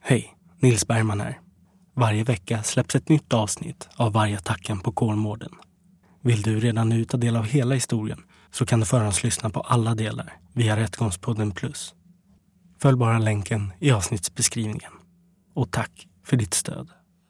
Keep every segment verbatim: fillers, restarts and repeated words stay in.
Hej, Nils Bergman här. Varje vecka släpps ett nytt avsnitt av Vargattacken på Kolmården. Vill du redan nu ta del av hela historien så kan du förhandslyssna på alla delar via Rättegångspodden Plus. Följ bara länken i avsnittsbeskrivningen. Och tack för ditt stöd.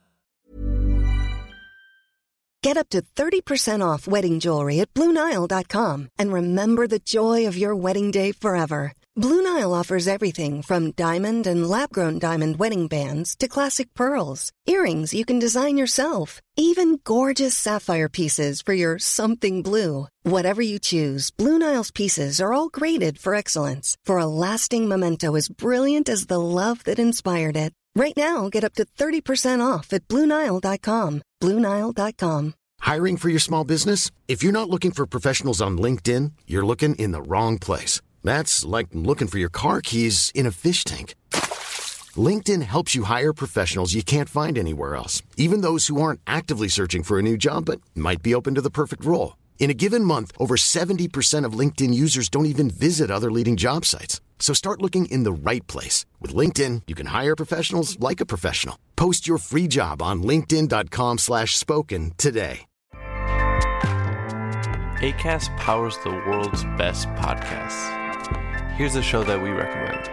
Get up to thirty percent off wedding jewelry at Blue Nile dot com and remember the joy of your wedding day forever. Blue Nile offers everything from diamond and lab-grown diamond wedding bands to classic pearls, earrings you can design yourself, even gorgeous sapphire pieces for your something blue. Whatever you choose, Blue Nile's pieces are all graded for excellence, for a lasting memento as brilliant as the love that inspired it. Right now, get up to thirty percent off at Blue Nile dot com. Blue Nile dot com. Hiring for your small business? If you're not looking for professionals on LinkedIn, you're looking in the wrong place. That's like looking for your car keys in a fish tank. LinkedIn helps you hire professionals you can't find anywhere else, even those who aren't actively searching for a new job but might be open to the perfect role. In a given month, over seventy percent of LinkedIn users don't even visit other leading job sites. So start looking in the right place. With LinkedIn, you can hire professionals like a professional. Post your free job on linkedin dot com slash spoken today. Acast powers the world's best podcasts. Here's a show that we recommend.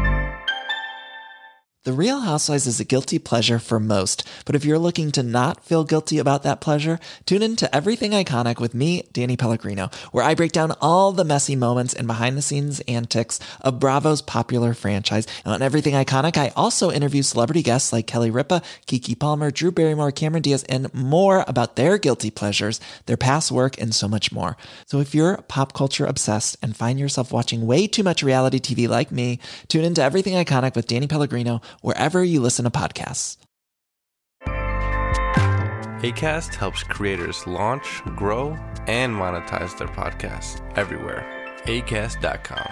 The Real Housewives is a guilty pleasure for most, but if you're looking to not feel guilty about that pleasure, tune in to Everything Iconic with me, Danny Pellegrino, where I break down all the messy moments and behind-the-scenes antics of Bravo's popular franchise. And on Everything Iconic, I also interview celebrity guests like Kelly Ripa, Keke Palmer, Drew Barrymore, Cameron Diaz, and more about their guilty pleasures, their past work, and so much more. So if you're pop culture obsessed and find yourself watching way too much reality T V like me, tune into Everything Iconic with Danny Pellegrino, wherever you listen to podcasts. Acast helps creators launch, grow, and monetize their podcasts everywhere. acast dot com.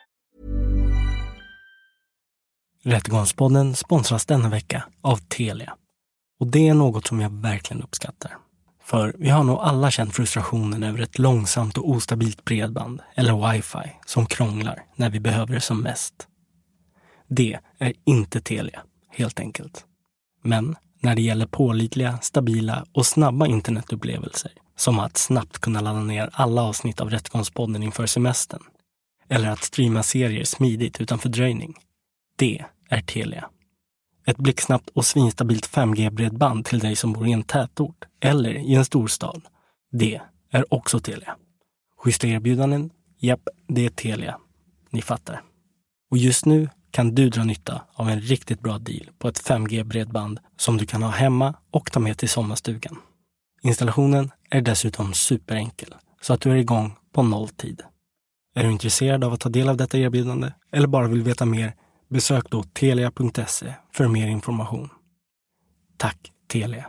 Rättegångspodden sponsras denna vecka av Telia. Och det är något som jag verkligen uppskattar. För vi har nog alla känt frustrationen över ett långsamt och ostabilt bredband eller wifi som krånglar när vi behöver det som mest. Det är inte Telia, helt enkelt. Men när det gäller pålitliga, stabila och snabba internetupplevelser, som att snabbt kunna ladda ner alla avsnitt av Rättegångspodden inför semestern, eller att streama serier smidigt utan fördröjning, det är Telia. Ett blixtsnabbt och svinstabilt fem G-bredband till dig som bor i en tätort eller i en storstad, det är också Telia. Schyssta erbjudanden? Japp, det är Telia. Ni fattar. Och just nu kan du dra nytta av en riktigt bra deal på ett fem G-bredband som du kan ha hemma och ta med till sommarstugan. Installationen är dessutom superenkel så att du är igång på nolltid. Är du intresserad av att ta del av detta erbjudande eller bara vill veta mer, besök då telia punkt se för mer information. Tack Telia!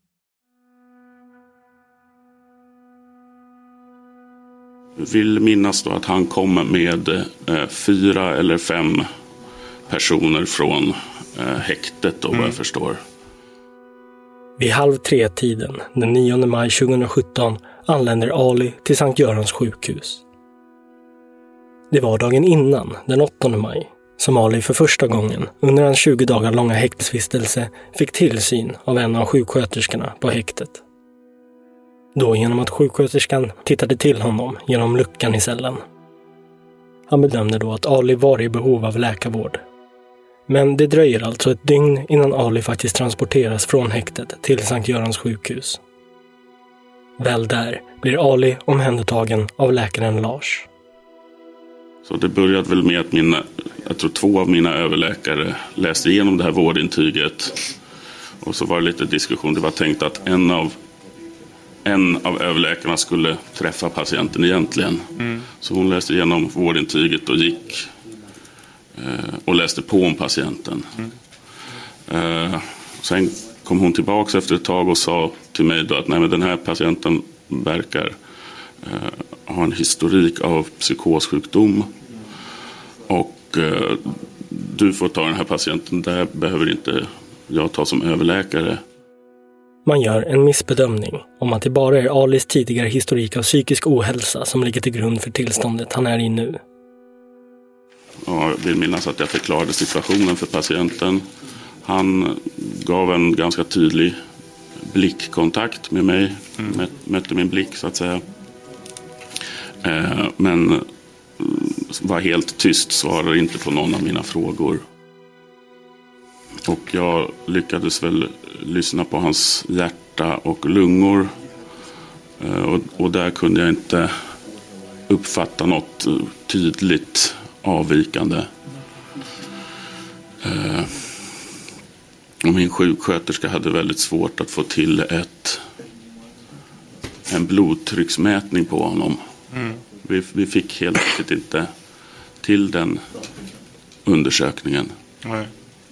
Jag vill minnas då att han kommer med eh, fyra eller fem personer från eh, häktet då, mm. vad jag förstår. Vid halv tre tiden den nionde maj tjugohundrasjutton anländer Ali till Sankt Görans sjukhus. Det var dagen innan, den åttonde maj, som Ali för första gången under en tjugo dagar långa häktesvistelse fick tillsyn av en av sjuksköterskorna på häktet. Då genom att sjuksköterskan tittade till honom genom luckan i cellen. Han bedömde då att Ali var i behov av läkarvård. Men det dröjer alltså ett dygn innan Ali faktiskt transporteras från häktet till Sankt Görans sjukhus. Väl där blir Ali omhändertagen av läkaren Lars. Så det började väl med att mina, jag tror två av mina överläkare läste igenom det här vårdintyget. Och så var det lite diskussion. Det var tänkt att en av, en av överläkarna skulle träffa patienten egentligen. Mm. Så hon läste igenom vårdintyget och gick eh, och läste på om patienten. Mm. Eh, sen kom hon tillbaka efter ett tag och sa till mig då att nej, men den här patienten verkar eh, ha en historik av psykossjukdom. Och eh, du får ta den här patienten, där behöver inte jag ta som överläkare. Man gör en missbedömning om att det bara är Alis tidigare historik av psykisk ohälsa som ligger till grund för tillståndet han är i nu. Ja, jag vill minnas att jag förklarade situationen för patienten. Han gav en ganska tydlig blickkontakt med mig. Mm. Mät, mötte min blick så att säga. Eh, men var helt tyst, svarade inte på någon av mina frågor. Och jag lyckades väl lyssna på hans hjärta och lungor. Eh, och, och där kunde jag inte uppfatta något tydligt avvikande. Eh, och min sjuksköterska hade väldigt svårt att få till ett en blodtrycksmätning på honom. Mm. Vi, vi fick helt enkelt inte till den undersökningen. Mm.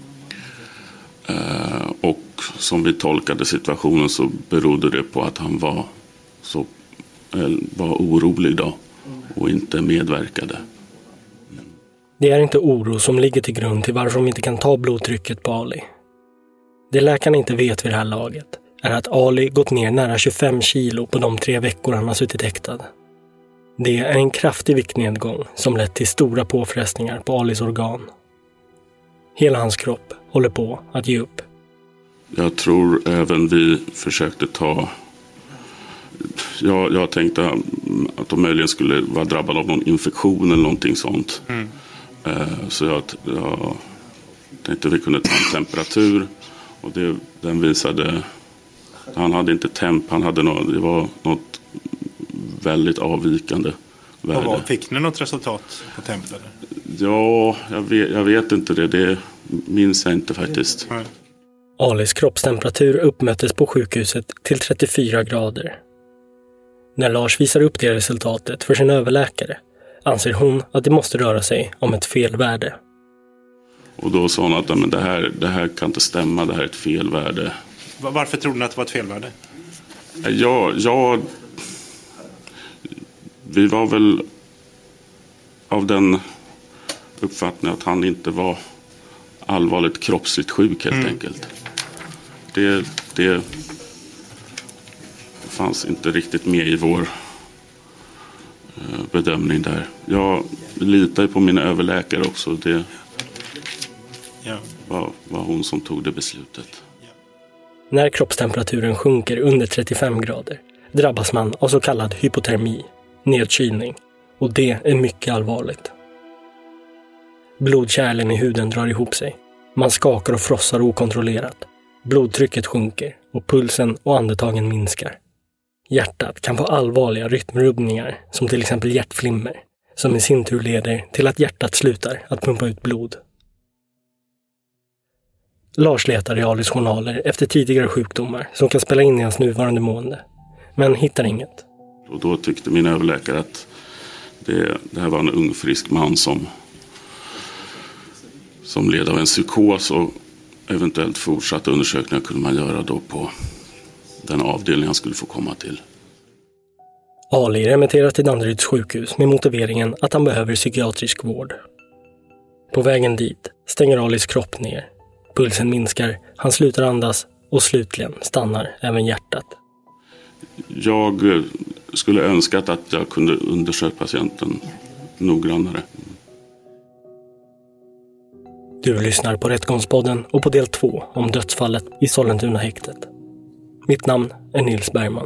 Eh, och som vi tolkade situationen så berodde det på att han var, så, eh, var orolig då och inte medverkade. Det är inte oro som ligger till grund till varför de inte kan ta blodtrycket på Ali. Det läkarna inte vet vid det här laget är att Ali gått ner nära tjugofem kilo på de tre veckor han har suttit häktad. Det är en kraftig viktnedgång som lett till stora påfrestningar på Alis organ. Hela hans kropp håller på att ge upp. Jag tror även vi försökte ta... Jag, jag tänkte att de möjligen skulle vara drabbade av någon infektion eller någonting sånt. Mm. Så jag, jag tänkte att vi kunde ta en temperatur. Och det, den visade... Han hade inte temp, han hade något, det var något väldigt avvikande värde. Och fick ni något resultat på temp eller? Ja, jag vet, jag vet inte det. Det minns jag inte faktiskt. Mm. Alis kroppstemperatur uppmättes på sjukhuset till trettiofyra grader. När Lars visar upp det resultatet för sin överläkare anser hon att det måste röra sig om ett felvärde. Och då sa hon att men det, här, det här kan inte stämma, det här är ett felvärde. Varför trodde ni att det var ett felvärde? Ja, ja, vi var väl av den uppfattningen att han inte var allvarligt kroppsligt sjuk helt mm. enkelt. Det, det fanns inte riktigt med i vår bedömning där. Jag litar på mina överläkare också. Det ja. var, var hon som tog det beslutet. När kroppstemperaturen sjunker under trettiofem grader drabbas man av så kallad hypotermi, nedkylning, och det är mycket allvarligt. Blodkärlen i huden drar ihop sig. Man skakar och frossar okontrollerat. Blodtrycket sjunker och pulsen och andetagen minskar. Hjärtat kan få allvarliga rytmrubbningar som till exempel hjärtflimmer, som i sin tur leder till att hjärtat slutar att pumpa ut blod. Lars letar i Alis journaler efter tidigare sjukdomar som kan spela in i hans nuvarande mående, men hittar inget. Och då tyckte min överläkare att det, det här var en ung frisk man som, som led av en psykos, och eventuellt fortsatta undersökningar kunde man göra då på den avdelning han skulle få komma till. Ali remitteras till Danderyds sjukhus med motiveringen att han behöver psykiatrisk vård. På vägen dit stänger Alis kropp ner. Pulsen minskar, han slutar andas och slutligen stannar även hjärtat. Jag skulle önskat att jag kunde undersöka patienten noggrannare. Du lyssnar på Rättgångspodden och på del två om dödsfallet i Sollentuna häktet. Mitt namn är Nils Bergman.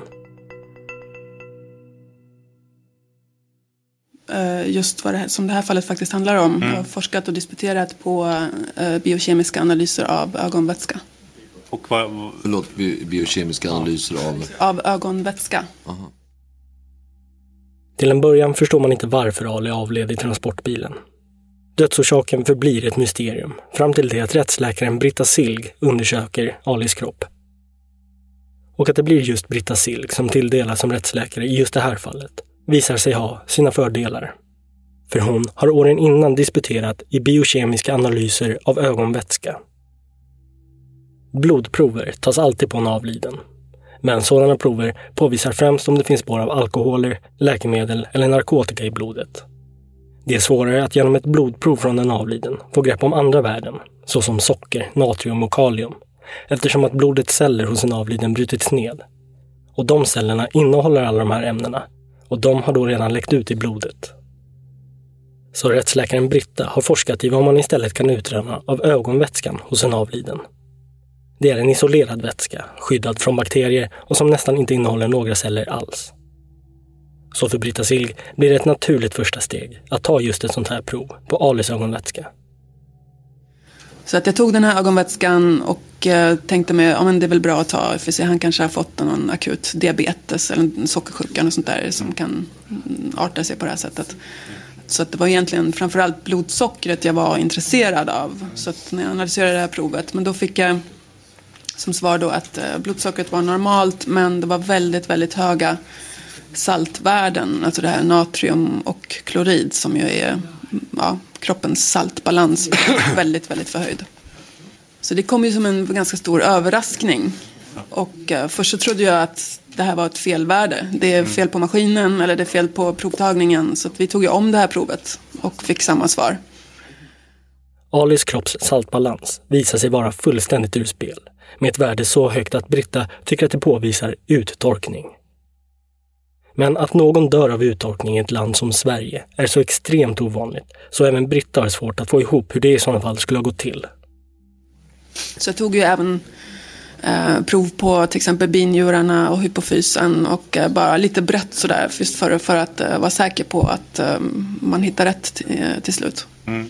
Just vad det här, som det här fallet faktiskt handlar om. Mm. Jag har forskat och disputerat på uh, biokemiska analyser av ögonvätska. Och vad... Förlåt, bi- biokemiska analyser av... Av ögonvätska. Aha. Till en början förstår man inte varför Ali avled i transportbilen. Dödsorsaken förblir ett mysterium fram till det att rättsläkaren Britta Silg undersöker Alis kropp. Och att det blir just Britta Silg som tilldelas som rättsläkare i just det här fallet visar sig ha sina fördelar. För hon har åren innan disputerat i biokemiska analyser av ögonvätska. Blodprover tas alltid på en avliden. Men sådana prover påvisar främst om det finns spår av alkoholer, läkemedel eller narkotika i blodet. Det är svårare att genom ett blodprov från en avliden få grepp om andra värden, såsom socker, natrium och kalium, eftersom att blodets celler hos en avliden brutits ned. Och de cellerna innehåller alla de här ämnena, och de har då redan läckt ut i blodet. Så rättsläkaren Britta har forskat i vad man istället kan utröna av ögonvätskan hos en avliden. Det är en isolerad vätska, skyddad från bakterier och som nästan inte innehåller några celler alls. Så för Britta Silg blir det ett naturligt första steg att ta just ett sånt här prov på Alis ögonvätska. Så att jag tog den här ögonvätskan och eh, tänkte mig, ja men det är väl bra att ta, för se, han kanske har fått någon akut diabetes eller en sockersjuka och sånt där som kan arta sig på det här sättet. Så att det var egentligen framförallt blodsockret jag var intresserad av. Så att när jag analyserade det här provet, men då fick jag som svar då att eh, blodsockret var normalt, men det var väldigt, väldigt höga saltvärden, alltså det här natrium och klorid som ju är ja, kroppens saltbalans väldigt, väldigt förhöjd. Så det kom ju som en ganska stor överraskning. Och eh, först så trodde jag att det här var ett felvärde. Det är fel på maskinen eller det är fel på provtagningen. Så att vi tog ju om det här provet och fick samma svar. Alis kropps saltbalans visar sig vara fullständigt ur spel. Med ett värde så högt att Britta tycker att det påvisar uttorkning. Men att någon dör av uttorkning i ett land som Sverige är så extremt ovanligt, så även Britta har svårt att få ihop hur det i sådana fall skulle ha gått till. Så jag tog ju även eh, prov på till exempel binjurarna och hypofysen och eh, bara lite brett sådär just för, för att eh, vara säker på att eh, man hittar rätt till, eh, till slut. Mm.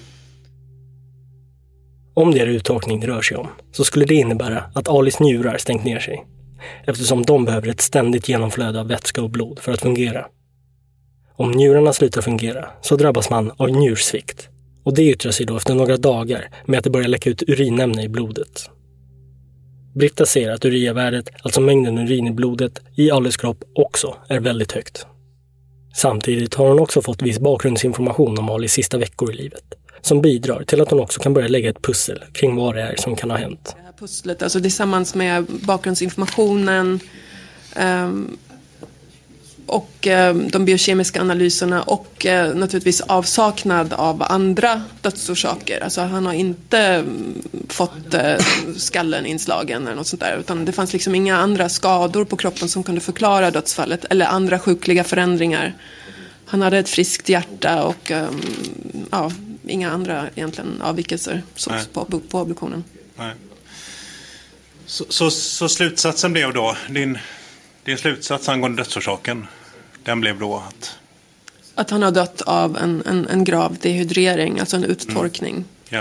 Om det är uttorkning det rör sig om så skulle det innebära att Alis njurar stängt ner sig. Eftersom de behöver ett ständigt genomflöde av vätska och blod för att fungera. Om njurarna slutar fungera så drabbas man av njursvikt. Och det yttrar sig då efter några dagar med att det börjar läcka ut urinämne i blodet. Britta ser att ureavärdet, alltså mängden urin i blodet, i Alis kropp också är väldigt högt. Samtidigt har hon också fått viss bakgrundsinformation om Alis sista veckor i livet. Som bidrar till att hon också kan börja lägga ett pussel kring vad det är som kan ha hänt. Det här pusslet, alltså tillsammans med bakgrundsinformationen um, och um, de biokemiska analyserna och uh, naturligtvis avsaknad av andra dödsorsaker. Alltså han har inte um, fått uh, skallen inslagen eller något sånt där, utan det fanns liksom inga andra skador på kroppen som kunde förklara dödsfallet eller andra sjukliga förändringar. Han hade ett friskt hjärta och um, ja, inga andra egentligen avvikelser på, på obduktionen. Nej. Så, så, så slutsatsen blev då, din, din slutsats angående dödsorsaken, den blev då att? Att han har dött av en, en, en grav dehydrering, alltså en uttorkning. Mm. Ja.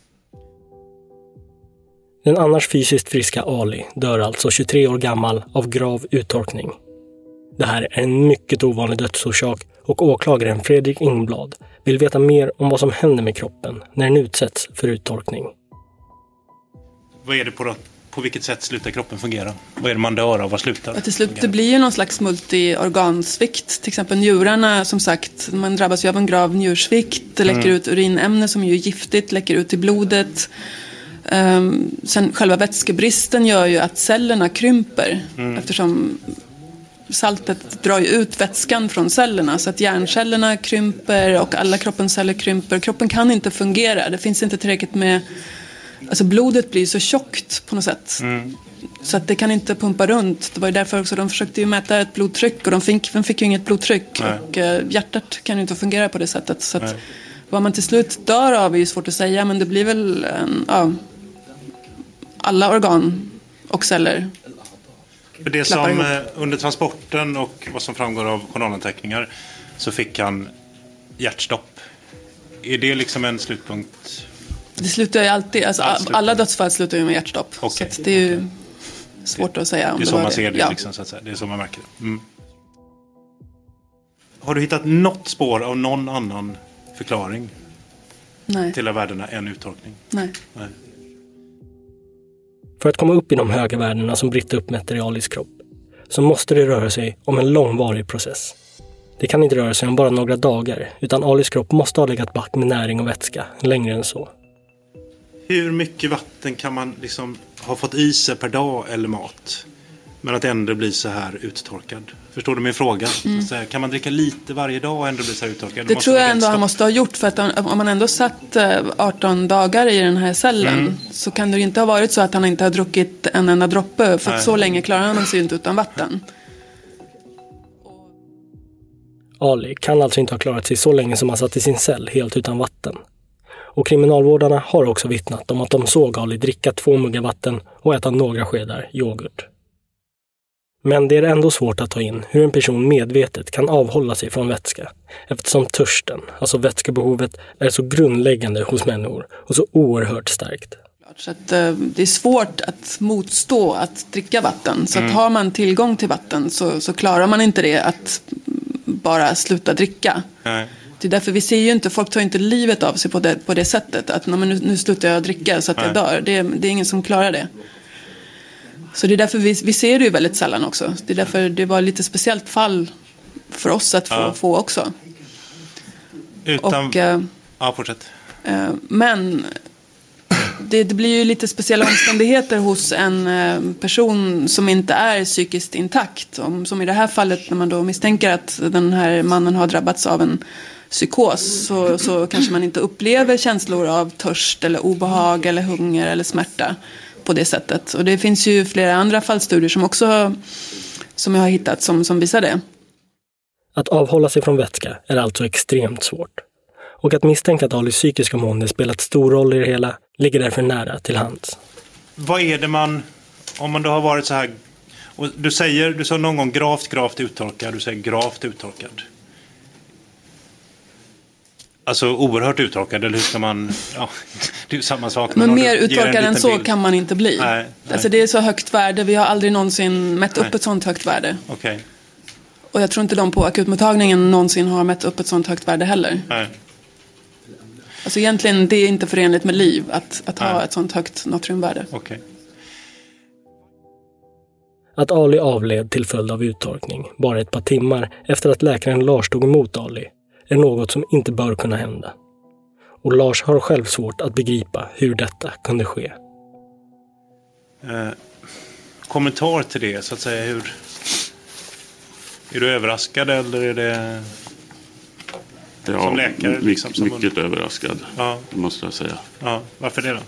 Den annars fysiskt friska Ali dör alltså tjugotre år gammal av grav uttorkning. Det här är en mycket ovanlig dödsorsak och åklagaren Fredrik Ingblad vill veta mer om vad som händer med kroppen när den utsätts för uttorkning. Vad är det på, på vilket sätt slutar kroppen fungera? Vad är det man dör av? Vad slutar? Att till slut det blir ju någon slags multiorgansvikt. Till exempel njurarna, som sagt, man drabbas ju av en grav njursvikt. Det läcker mm. ut urinämne som är giftigt, läcker ut i blodet. Um, sen själva vätskebristen gör ju att cellerna krymper mm. eftersom saltet drar ju ut vätskan från cellerna, så att hjärncellerna krymper och alla kroppens celler krymper. Kroppen kan inte fungera. Det finns inte tillräckligt med, alltså blodet blir så tjockt på något sätt. Mm. Så att det kan inte pumpa runt. Det var ju därför också de försökte ju mäta ett blodtryck och de fick, de fick ju inget blodtryck. Nej. Och uh, hjärtat kan ju inte fungera på det sättet. Så att vad man till slut dör av är ju svårt att säga, men det blir väl en, ja, alla organ och celler. För det som eh, under transporten och vad som framgår av journalanteckningar så fick han hjärtstopp. Är det liksom en slutpunkt? Det slutar ju alltid, alltså ja, alla dödsfall slutar ju med hjärtstopp. Okay. Så det är ju svårt det, att säga. Om det är det så man det. ser det, ja. liksom, så att säga. Det är så man märker det. Mm. Har du hittat något spår av någon annan förklaring Nej. till värdena än uttorkning? Nej. Nej. För att komma upp i de höga värdena som Britta uppmätter i Alis kropp så måste det röra sig om en långvarig process. Det kan inte röra sig om bara några dagar, utan Alis kropp måste ha legat back med näring och vätska längre än så. Hur mycket vatten kan man liksom ha fått i sig per dag eller mat, men att ändå bli så här uttorkad? Förstår du min fråga? Mm. Så här, kan man dricka lite varje dag och ändå bli så här uttorkad? Det, det tror jag ändå han måste ha gjort, för att han, om man ändå satt arton dagar i den här cellen mm. så kan det inte ha varit så att han inte har druckit en enda droppe, för att så länge klarar man sig inte utan vatten. Ali kan alltså inte ha klarat sig så länge som han satt i sin cell helt utan vatten. Och kriminalvårdarna har också vittnat om att de såg Ali dricka två muggar vatten och äta några skedar yoghurt. Men det är ändå svårt att ta in hur en person medvetet kan avhålla sig från vätska, eftersom törsten, alltså vätskebehovet, är så grundläggande hos människor och så oerhört starkt. Så att, eh, det är svårt att motstå att dricka vatten. Så att har man tillgång till vatten så, så klarar man inte det att bara sluta dricka. Nej. Det är därför vi ser ju inte, folk tar inte livet av sig på det, på det sättet. Att nu, nu slutar jag dricka så att Nej. jag dör. Det, det är ingen som klarar det. Så det är därför vi, vi ser det ju väldigt sällan också. Det är därför det var lite speciellt fall för oss att få, ja. få också. Utan... Och, eh, ja, fortsätt. Eh, men det, det blir ju lite speciella omständigheter hos en eh, person som inte är psykiskt intakt. Om, som i det här fallet när man då misstänker att den här mannen har drabbats av en psykos så, så kanske man inte upplever känslor av törst eller obehag eller hunger eller smärta på det sättet. Och det finns ju flera andra fallstudier som också som jag har hittat som, som visar det. Att avhålla sig från vätska är alltså extremt svårt. Och att misstänka att Alis psykiska mående spelat stor roll i det hela ligger därför nära till hands. Vad är det man, om man då har varit så här, och du säger, du sa någon gång gravt, gravt uttorkad, du säger gravt uttorkad. Alltså oerhört uttorkad, eller hur ska man, ja, det är ju samma sak. Men, men mer uttorkad än så bild. Kan man inte bli. Nej, nej. Alltså det är så högt värde, vi har aldrig någonsin mätt nej. upp ett sånt högt värde. Okej. Okay. Och jag tror inte de på akutmottagningen någonsin har mätt upp ett sånt högt värde heller. Nej. Alltså egentligen, det är inte förenligt med liv att, att ha ett sånt högt natriumvärde. Okay. Att Ali avled till följd av uttorkning bara ett par timmar efter att läkaren Lars tog emot Ali är något som inte bör kunna hända. Och Lars har själv svårt att begripa hur detta kunde ske. Eh, kommentar till det, så att säga, hur... Är du överraskad eller är det... Ja, som läkare, liksom, som mycket man... överraskad, ja. måste jag säga. Ja, varför det då?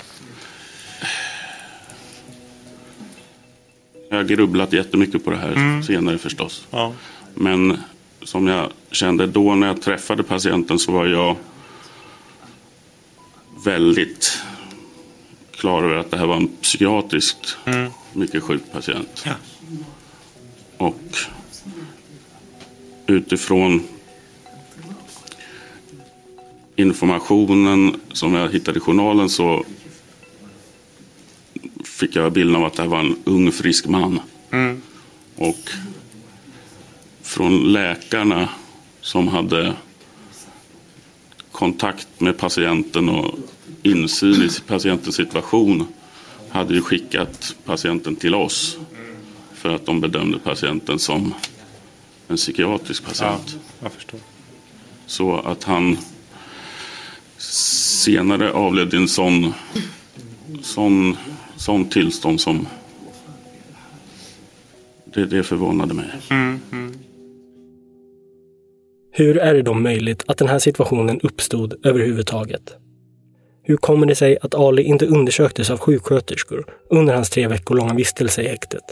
Jag har grubblat jättemycket på det här mm. senare förstås. Ja. Men som jag kände då när jag träffade patienten så var jag väldigt klar över att det här var en psykiatriskt mm. mycket sjuk patient. Ja. Och utifrån informationen som jag hittade i journalen så fick jag bilden av att det här var en ung frisk man. Mm. Och från läkarna som hade kontakt med patienten och insyn i patientens situation hade ju skickat patienten till oss för att de bedömde patienten som en psykiatrisk patient. Ja, jag förstår. Så att han senare avled i en sån, sån, sån tillstånd som det, det förvånade mig. Mm, mm. Hur är det då möjligt att den här situationen uppstod överhuvudtaget? Hur kommer det sig att Ali inte undersöktes av sjuksköterskor under hans tre veckor långa vistelse i häktet?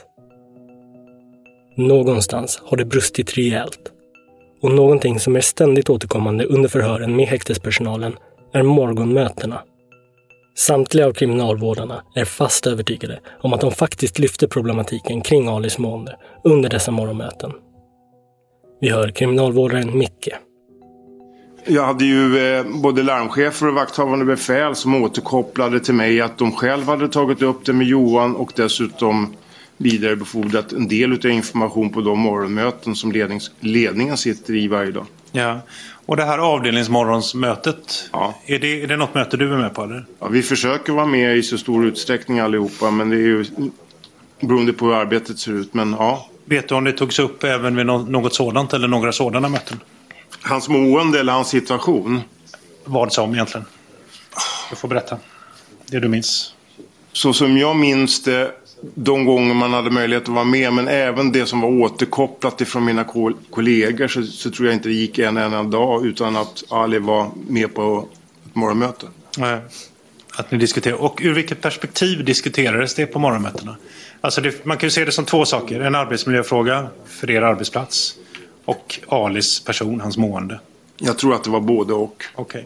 Någonstans har det brustit rejält. Och någonting som är ständigt återkommande under förhören med häktespersonalen är morgonmötena. Samtliga av kriminalvårdarna är fast övertygade om att de faktiskt lyfter problematiken kring Alis mående under dessa morgonmöten. Vi hör kriminalvårdaren Micke. Jag hade ju eh, både larmchefer och vakthavande befäl som återkopplade till mig att de själva hade tagit upp det med Johan och dessutom vidarebefordrat en del av information på de morgonmöten som lednings- ledningen sitter i varje dag. Ja, och det här avdelningsmorgonsmötet, ja. är, det, är det något möte du är med på eller? Ja, vi försöker vara med i så stor utsträckning allihopa, men det är ju beroende på hur arbetet ser ut, men ja. Vet du om det togs upp även vid något sådant eller några sådana möten? Hans mående eller hans situation? Vad som egentligen? Du får berätta det du minns. Så som jag minns det, de gånger man hade möjlighet att vara med, men även det som var återkopplat ifrån mina kollegor, så, så tror jag inte det gick en enda dag utan att Ali var med på ett morgonmöte. Nej. Att ni diskuterar. Och ur vilket perspektiv diskuterades det på morgonmötena? Alltså det, man kan ju se det som två saker. En arbetsmiljöfråga för er arbetsplats och Alis person, hans mående. Jag tror att det var både och. Okej.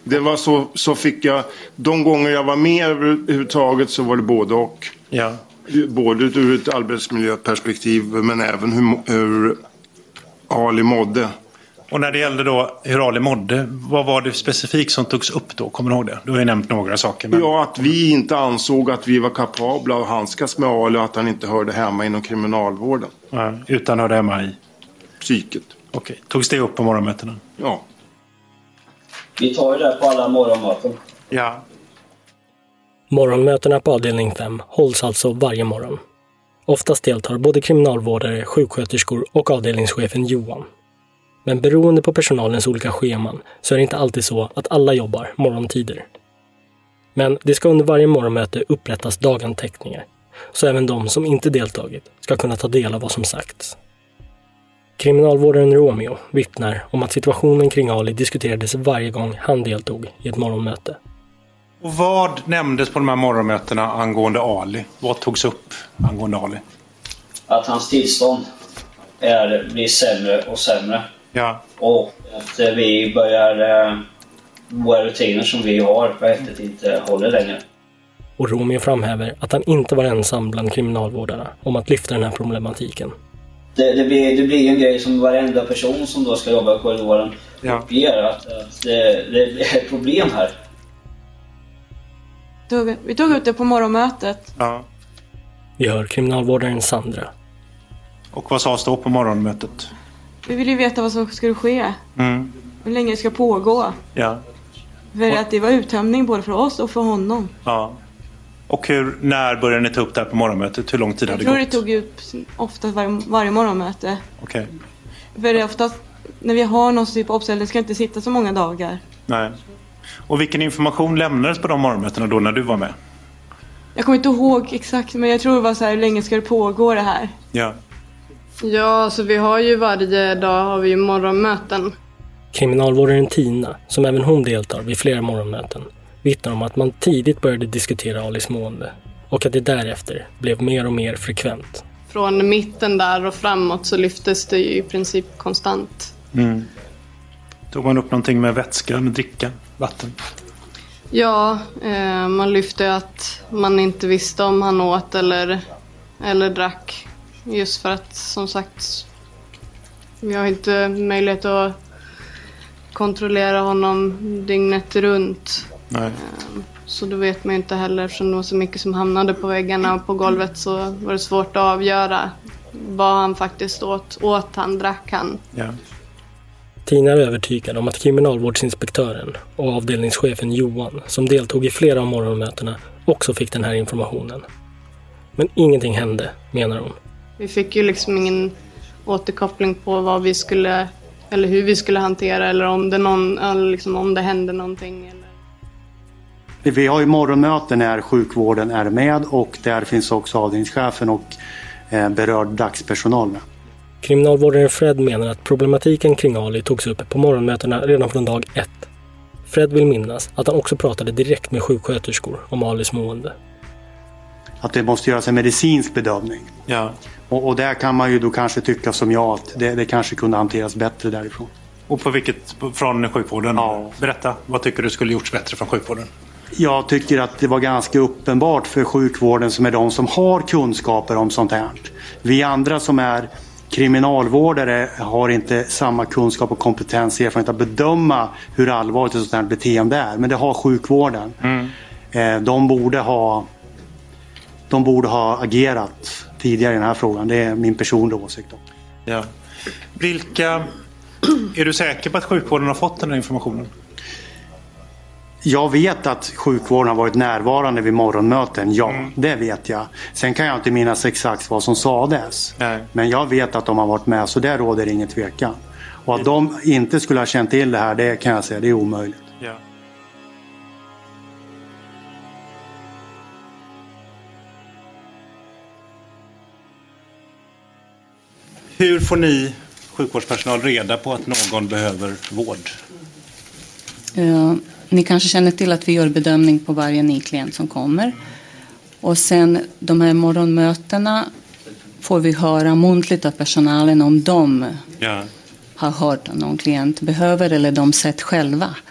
Det var så, så fick jag, de gånger jag var med överhuvudtaget så var det både och. Ja. Både ur ett arbetsmiljöperspektiv men även hur, hur Ali mådde. Och när det gällde då hur Ali mådde, vad var det specifikt som togs upp då? Kommer du ihåg det? Du har ju nämnt några saker. Men... Ja, att vi inte ansåg att vi var kapabla att handskas med Ali och att han inte hörde hemma inom kriminalvården. Ja, utan hörde hemma i? Psyket. Okej, togs det upp på morgonmötena? Ja. Vi tar ju det på alla morgonmöten. Ja. Morgonmötena på avdelning fem hålls alltså varje morgon. Oftast deltar både kriminalvårdare, sjuksköterskor och avdelningschefen Johan. Men beroende på personalens olika scheman så är det inte alltid så att alla jobbar morgontider. Men det ska under varje morgonmöte upprättas daganteckningar, så även de som inte deltagit ska kunna ta del av vad som sagts. Kriminalvårdaren Romeo vittnar om att situationen kring Ali diskuterades varje gång han deltog i ett morgonmöte. Och vad nämndes på de här morgonmötena angående Ali? Vad togs upp angående Ali? Att hans tillstånd är, blir sämre och sämre. Ja. Och att vi börjar, eh, våra rutiner som vi har på häktet inte håller längre. Och Romeo framhäver att han inte var ensam bland kriminalvårdarna om att lyfta den här problematiken. Det, det, blir, det blir en grej som varenda person som då ska jobba i korridoren ja. uppger att, att det, det är ett problem här. Vi tog ut det på morgonmötet. Ja. Vi hör kriminalvårdaren Sandra. Och vad sades då på morgonmötet? Vi vill ju veta vad som skulle ske. Mm. Hur länge det ska pågå. Ja. För att det var uttömning både för oss och för honom. Ja. Och hur, när började ni ta upp det här på morgonmötet? Hur lång tid jag hade det gått? Jag tror det tog upp ofta varje, varje morgonmöte. Okej. Okay. För det är ofta när vi har någon typ av uppställning ska inte sitta så många dagar. Nej. Och vilken information lämnades på de morgonmötena då när du var med? Jag kommer inte ihåg exakt, men jag tror det var så här, hur länge ska det pågå det här? Ja. Ja, så vi har ju varje dag har vi ju morgonmöten. Kriminalvårdaren Tina, som även hon deltar vid flera morgonmöten, vittnar om att man tidigt började diskutera Alis mående och att det därefter blev mer och mer frekvent. Från mitten där och framåt så lyftes det ju i princip konstant. Mm. Tog man upp någonting med vätska, med dricka, vatten? Ja, eh, man lyfte att man inte visste om han åt eller, eller drack. Just för att, som sagt, vi har inte möjlighet att kontrollera honom dygnet runt. Nej. Eh, så då vet man inte heller, eftersom det var så mycket som hamnade på väggarna och på golvet så var det svårt att avgöra vad han faktiskt åt. Åt han, drack han. Ja. Tina är övertygad om att kriminalvårdsinspektören och avdelningschefen Johan, som deltog i flera av morgonmötena, också fick den här informationen. Men ingenting hände, menar hon. Vi fick ju liksom ingen återkoppling på vad vi skulle, eller hur vi skulle hantera, eller om det, någon, eller liksom om det hände någonting. Eller... Vi har ju morgonmöten när sjukvården är med och där finns också avdelningschefen och eh, berörd dagspersonal med. Kriminalvårdaren Fred menar att problematiken kring Ali togs upp på morgonmötena redan från dag ett. Fred vill minnas att han också pratade direkt med sjuksköterskor om Alis mående. Att det måste göras en medicinsk bedömning. Ja. Och, och där kan man ju då kanske tycka som jag att det, det kanske kunde hanteras bättre därifrån. Och på vilket, från sjukvården? Ja. Berätta, vad tycker du skulle gjorts bättre från sjukvården? Jag tycker att det var ganska uppenbart för sjukvården som är de som har kunskaper om sånt här. Vi andra som är kriminalvårdare har inte samma kunskap och kompetens erfarenhet att bedöma hur allvarligt ett sånt här beteende är. Men det har sjukvården. Mm. De borde ha de borde ha agerat tidigare i den här frågan. Det är min personliga åsikt. Ja. Vilka är du säker på att sjukvården har fått den här informationen? Jag vet att sjukvården har varit närvarande vid morgonmöten. Ja, mm. det vet jag. Sen kan jag inte minnas exakt vad som sades. Nej. Men jag vet att de har varit med, så där råder ingen tvekan. Och att de inte skulle ha känt till det här, det kan jag säga, det är omöjligt. Ja. Hur får ni sjukvårdspersonal reda på att någon behöver vård? Ja, ni kanske känner till att vi gör bedömning på varje ny klient som kommer. Och sen de här morgonmötena får vi höra muntligt av personalen om de ja. har hört att någon klient behöver eller de sett själva. Ja.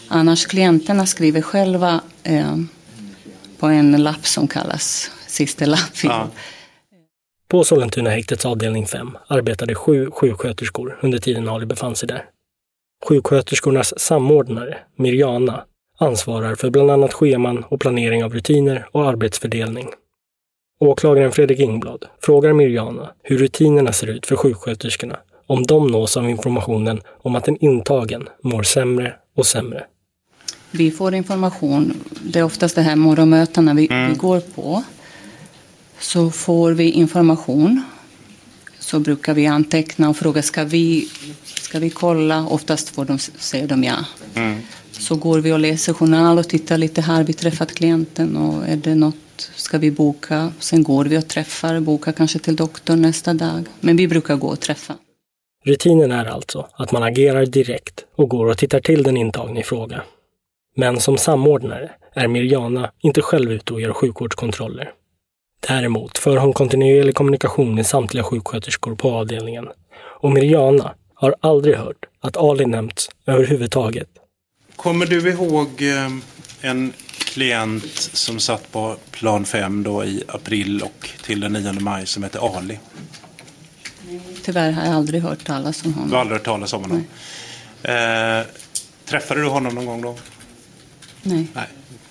Annars klienterna skriver själva eh, på en lapp som kallas sista lapp. Ja. På Sollentuna häktets avdelning fem arbetade sju sjuksköterskor under tiden Ali befann sig där. Sjuksköterskornas samordnare, Mirjana, ansvarar för bland annat scheman och planering av rutiner och arbetsfördelning. Åklagaren Fredrik Ingblad frågar Mirjana hur rutinerna ser ut för sjuksköterskorna om de nås av informationen om att en intagen mår sämre och sämre. Vi får information, det är oftast det här morgonmötena vi, mm. vi går på. Så får vi information, så brukar vi anteckna och fråga ska vi, ska vi kolla, oftast får de, säger de ja. Mm. Så går vi och läser journal och tittar lite, här vi träffat klienten och är det något, ska vi boka. Sen går vi och träffar, boka kanske till doktorn nästa dag. Men vi brukar gå och träffa. Rutinen är alltså att man agerar direkt och går och tittar till den intagne i fråga. Men som samordnare är Mirjana inte själv ute och gör sjukvårdskontroller. Däremot för hon kontinuerlig kommunikation med samtliga sjuksköterskor på avdelningen. Och Mirjana har aldrig hört att Ali nämnts överhuvudtaget. Kommer du ihåg en klient som satt på plan fem då i april och till den nionde maj som heter Ali? Tyvärr har jag aldrig hört talas om honom. Du har aldrig hört talas om honom? Eh, träffade du honom någon gång då? Nej. Nej.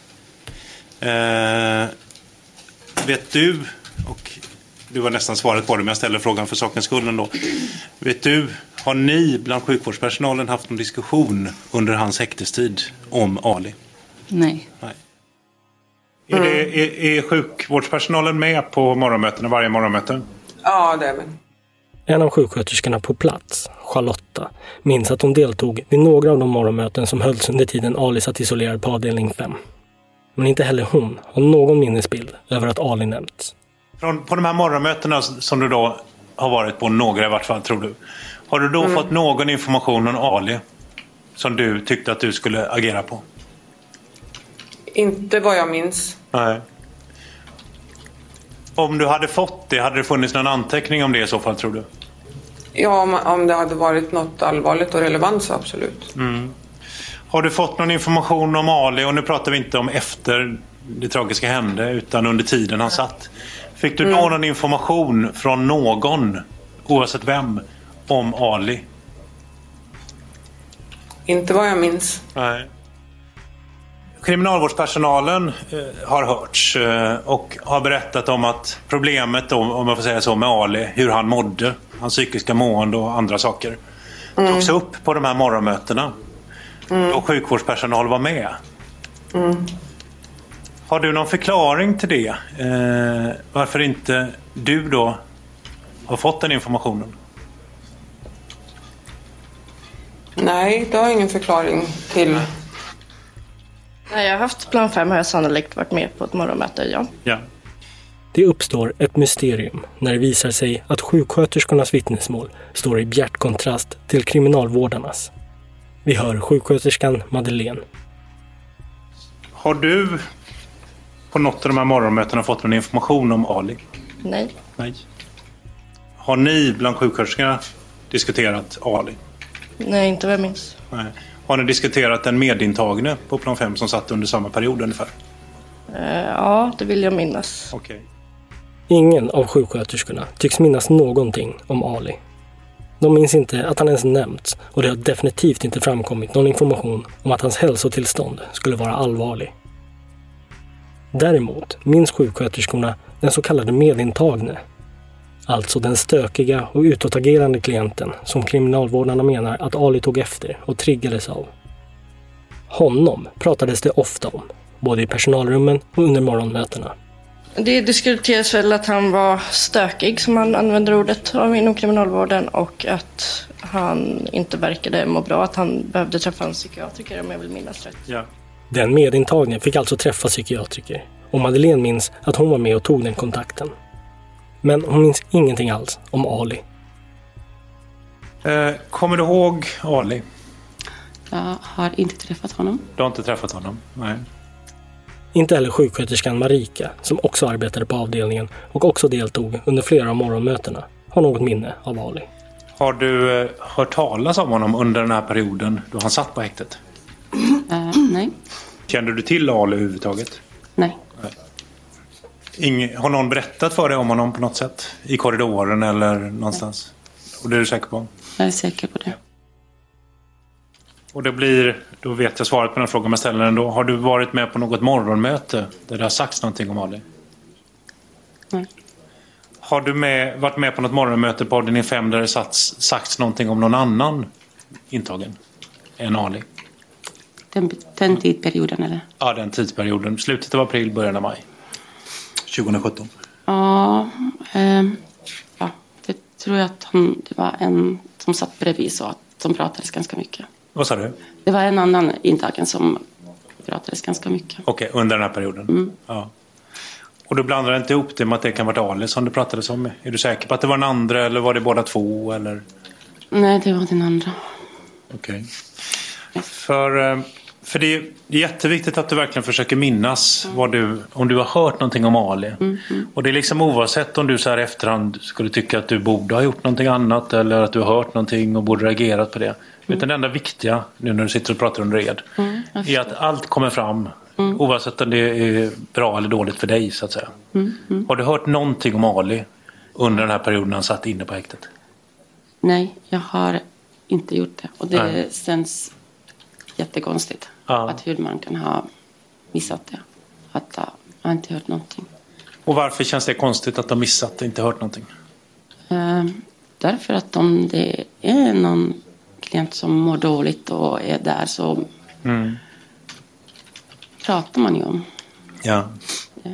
Eh, vet du, och du har nästan svarat på det men jag ställer frågan för sakens skull ändå. Vet du, har ni bland sjukvårdspersonalen haft en diskussion under hans häktestid om Ali? Nej. Nej. Är, det, är, är sjukvårdspersonalen med på morgonmötena, varje morgonmöte? Ja, det är vi. En av sjuksköterskorna på plats, Charlotta, minns att hon deltog vid några av de morgonmöten som hölls under tiden Ali satt isolerad på avdelning fem. Men inte heller hon har någon minnesbild över att Ali nämnts. Från, på de här morgonmötena som du då har varit på, några i vart fall tror du, har du då mm. fått någon information om Ali som du tyckte att du skulle agera på? Inte vad jag minns. Nej. Om du hade fått det, hade det funnits någon anteckning om det i så fall, tror du? Ja, om, om det hade varit något allvarligt och relevant så absolut. Mm. Har du fått någon information om Ali, och nu pratar vi inte om efter det tragiska hände utan under tiden han satt. Fick du mm. någon information från någon, oavsett vem, om Ali? Inte vad jag minns. Nej. Kriminalvårdspersonalen eh, har hörts eh, och har berättat om att problemet, då, om man får säga så, med Ali, hur han mådde, hans psykiska mående och andra saker, mm. togs upp på de här morgonmötena. Mm. Och sjukvårdspersonal var med. Mm. Har du någon förklaring till det? Eh, varför inte du då har fått den informationen? Nej, det har ingen förklaring till. Nej, jag har haft plan fem, har jag sannolikt varit med på ett morgonmöte, ja. ja. Det uppstår ett mysterium när det visar sig att sjuksköterskornas vittnesmål står i bjärt kontrast till kriminalvårdarnas. Vi hör sjuksköterskan Madeleine. Har du på något av de här morgonmötena fått någon information om Ali? Nej. Nej. Har ni bland sjuksköterskorna diskuterat Ali? Nej, inte vad jag minns. Nej. Har ni diskuterat en medintagne på plan fem som satt under samma period ungefär? Uh, ja, det vill jag minnas. Okej. Okay. Ingen av sjuksköterskorna tycks minnas någonting om Ali. De minns inte att han ens nämnts, och det har definitivt inte framkommit någon information om att hans hälsotillstånd skulle vara allvarlig. Däremot minns sjuksköterskorna den så kallade medintagne. Alltså den stökiga och utåtagerande klienten som kriminalvårdarna menar att Ali tog efter och triggades av. Honom pratades det ofta om, både i personalrummen och under morgonmötena. Det diskuteras väl att han var stökig, som man använder ordet inom kriminalvården, och att han inte verkade må bra, att han behövde träffa en psykiatriker, om jag vill minnas rätt. Ja. Den medintagningen fick alltså träffa psykiatriker, och Madeleine minns att hon var med och tog den kontakten. Men hon minns ingenting alls om Ali. Eh, kommer du ihåg Ali? Jag har inte träffat honom. Du har inte träffat honom? Nej. Inte heller sjuksköterskan Marika, som också arbetade på avdelningen och också deltog under flera av morgonmötena, har något minne av Ali. Har du eh, hört talas om honom under den här perioden då han satt på häktet? Uh, Nej. Kände du till Ali överhuvudtaget? Nej. Nej. Ingen, har någon berättat för dig om honom på något sätt? I korridoren eller någonstans? Nej. Och det är du säker på? Jag är säker på det. Och det blir, då vet jag svaret på den frågan man ställer ändå. Har du varit med på något morgonmöte där det har sagts någonting om Ali? Nej. Har du med, varit med på något morgonmöte på avdelning fem där det sagts, sagts någonting om någon annan intagen än Ali? Den, den tidperioden eller? Ja, den tidsperioden. Slutet av april, början av maj. tjugohundrasjutton. Ja, eh, ja, det tror jag att han, det var en som satt bredvid så att de pratades ganska mycket. Vad sa du? Det var en annan intagen som pratades ganska mycket. Okej, okay, under den här perioden. Mm. Ja. Och du blandar inte ihop det med att det kan vara Ali som du pratades om? Är du säker på att det var den andra eller var det båda två? Eller? Nej, det var den andra. Okej. Okay. För, för det är jätteviktigt att du verkligen försöker minnas mm. vad du, om du har hört någonting om Ali. Mm. Och det är liksom oavsett om du så här efterhand skulle tycka att du borde ha gjort någonting annat eller att du har hört någonting och borde reagerat på det. Mm. Utan det enda viktiga nu när du sitter och pratar under ed mm, är att allt kommer fram mm. oavsett om det är bra eller dåligt för dig så att säga. Mm, mm. Har du hört någonting om Ali under den här perioden han satt inne på häktet? Nej, jag har inte gjort det. Och det Nej. känns jättekonstigt ja. att hur man kan ha missat det. Att jag har inte hört någonting. Och varför känns det konstigt att de missat och inte hört någonting? Uh, därför att om det är någon klient som mår dåligt och är där så mm. pratar man ju om. Ja. ja.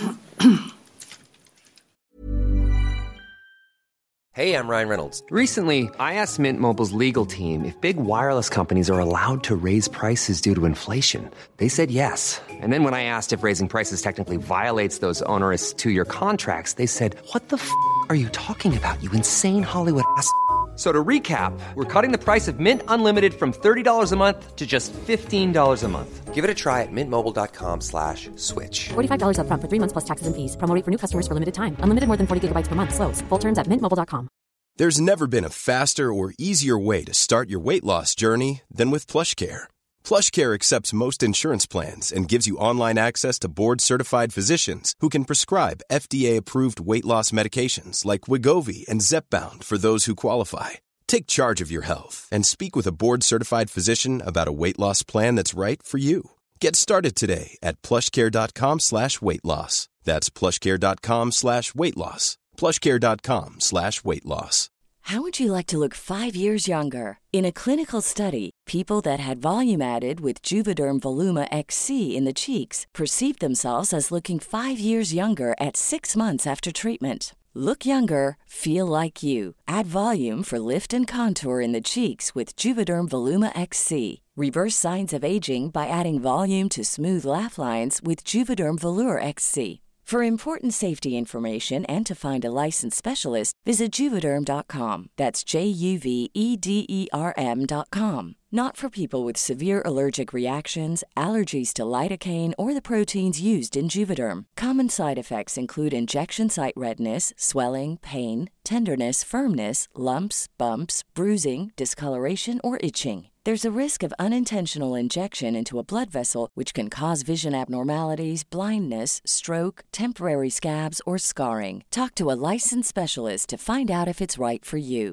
Hey, I'm Ryan Reynolds. Recently, I asked Mint Mobile's legal team if big wireless companies are allowed to raise prices due to inflation. They said yes. And then when I asked if raising prices technically violates those onerous two-year contracts, they said, what the f*** are you talking about, you insane Hollywood ass f- So to recap, we're cutting the price of Mint Unlimited from thirty dollars a month to just fifteen dollars a month. Give it a try at mintmobile.com slash switch. forty-five dollars up front for three months plus taxes and fees. Promo rate for new customers for limited time. Unlimited more than forty gigabytes per month. Slows full terms at mint mobile dot com. There's never been a faster or easier way to start your weight loss journey than with PlushCare. PlushCare accepts most insurance plans and gives you online access to board-certified physicians who can prescribe F D A-approved weight loss medications like Wegovy and Zepbound for those who qualify. Take charge of your health and speak with a board-certified physician about a weight loss plan that's right for you. Get started today at plushcare.com slash weight loss. That's plushcare.com slash weight loss. plushcare.com slash weight loss. How would you like to look five years younger? In a clinical study, people that had volume added with Juvederm Voluma X C in the cheeks perceived themselves as looking five years younger at six months after treatment. Look younger, feel like you. Add volume for lift and contour in the cheeks with Juvederm Voluma X C. Reverse signs of aging by adding volume to smooth laugh lines with Juvederm Volure X C. For important safety information and to find a licensed specialist, visit Juvederm dot com. That's J U V E D E R M dot com. Not for people with severe allergic reactions, allergies to lidocaine, or the proteins used in Juvederm. Common side effects include injection site redness, swelling, pain, tenderness, firmness, lumps, bumps, bruising, discoloration, or itching. There's a risk of unintentional injection into a blood vessel, which can cause vision abnormalities, blindness, stroke, temporary scabs, or scarring. Talk to a licensed specialist to find out if it's right for you.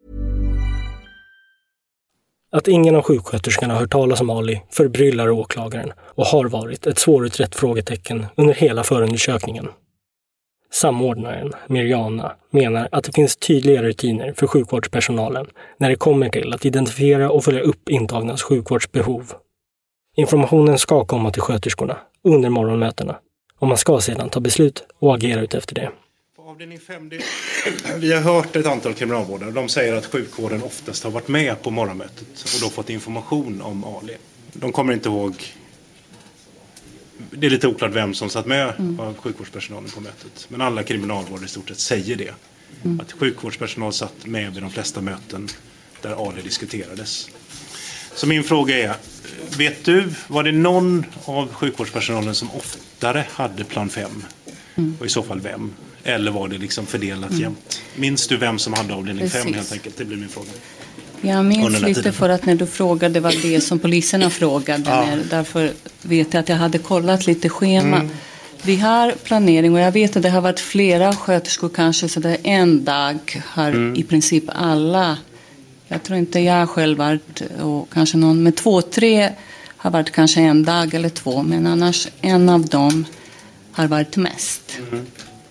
Att ingen av sjuksköterskorna har hört talas om Ali förbryllar åklagaren och har varit ett svårutrett frågetecken under hela förundersökningen. Samordnaren, Mirjana, menar att det finns tydliga rutiner för sjukvårdspersonalen när det kommer till att identifiera och följa upp intagnas sjukvårdsbehov. Informationen ska komma till sköterskorna under morgonmötena och man ska sedan ta beslut och agera ut efter det. Avdelning fem, det... Vi har hört ett antal kriminalvårdare. De säger att sjukvården oftast har varit med på morgonmötet och då fått information om Ali. De kommer inte ihåg... Det är lite oklart vem som satt med mm. av sjukvårdspersonalen på mötet. Men alla kriminalvårdare i stort sett säger det. Mm. Att sjukvårdspersonal satt med vid de flesta möten där Ali diskuterades. Så min fråga är, vet du, var det någon av sjukvårdspersonalen som oftare hade plan fem? Mm. Och i så fall vem? Eller var det liksom fördelat mm. jämt? Minns du vem som hade avdelning fem helt enkelt? Det blir min fråga. Jag minns lite tiden. För att när du frågade, det var det som poliserna frågade. Ja. När, därför vet jag att jag hade kollat lite schema. Mm. Vi har planering och jag vet att det har varit flera sköterskor kanske så det en dag har mm. i princip alla. Jag tror inte jag själv varit och kanske någon med två, tre har varit kanske en dag eller två. Men annars en av dem har varit mest. Mm.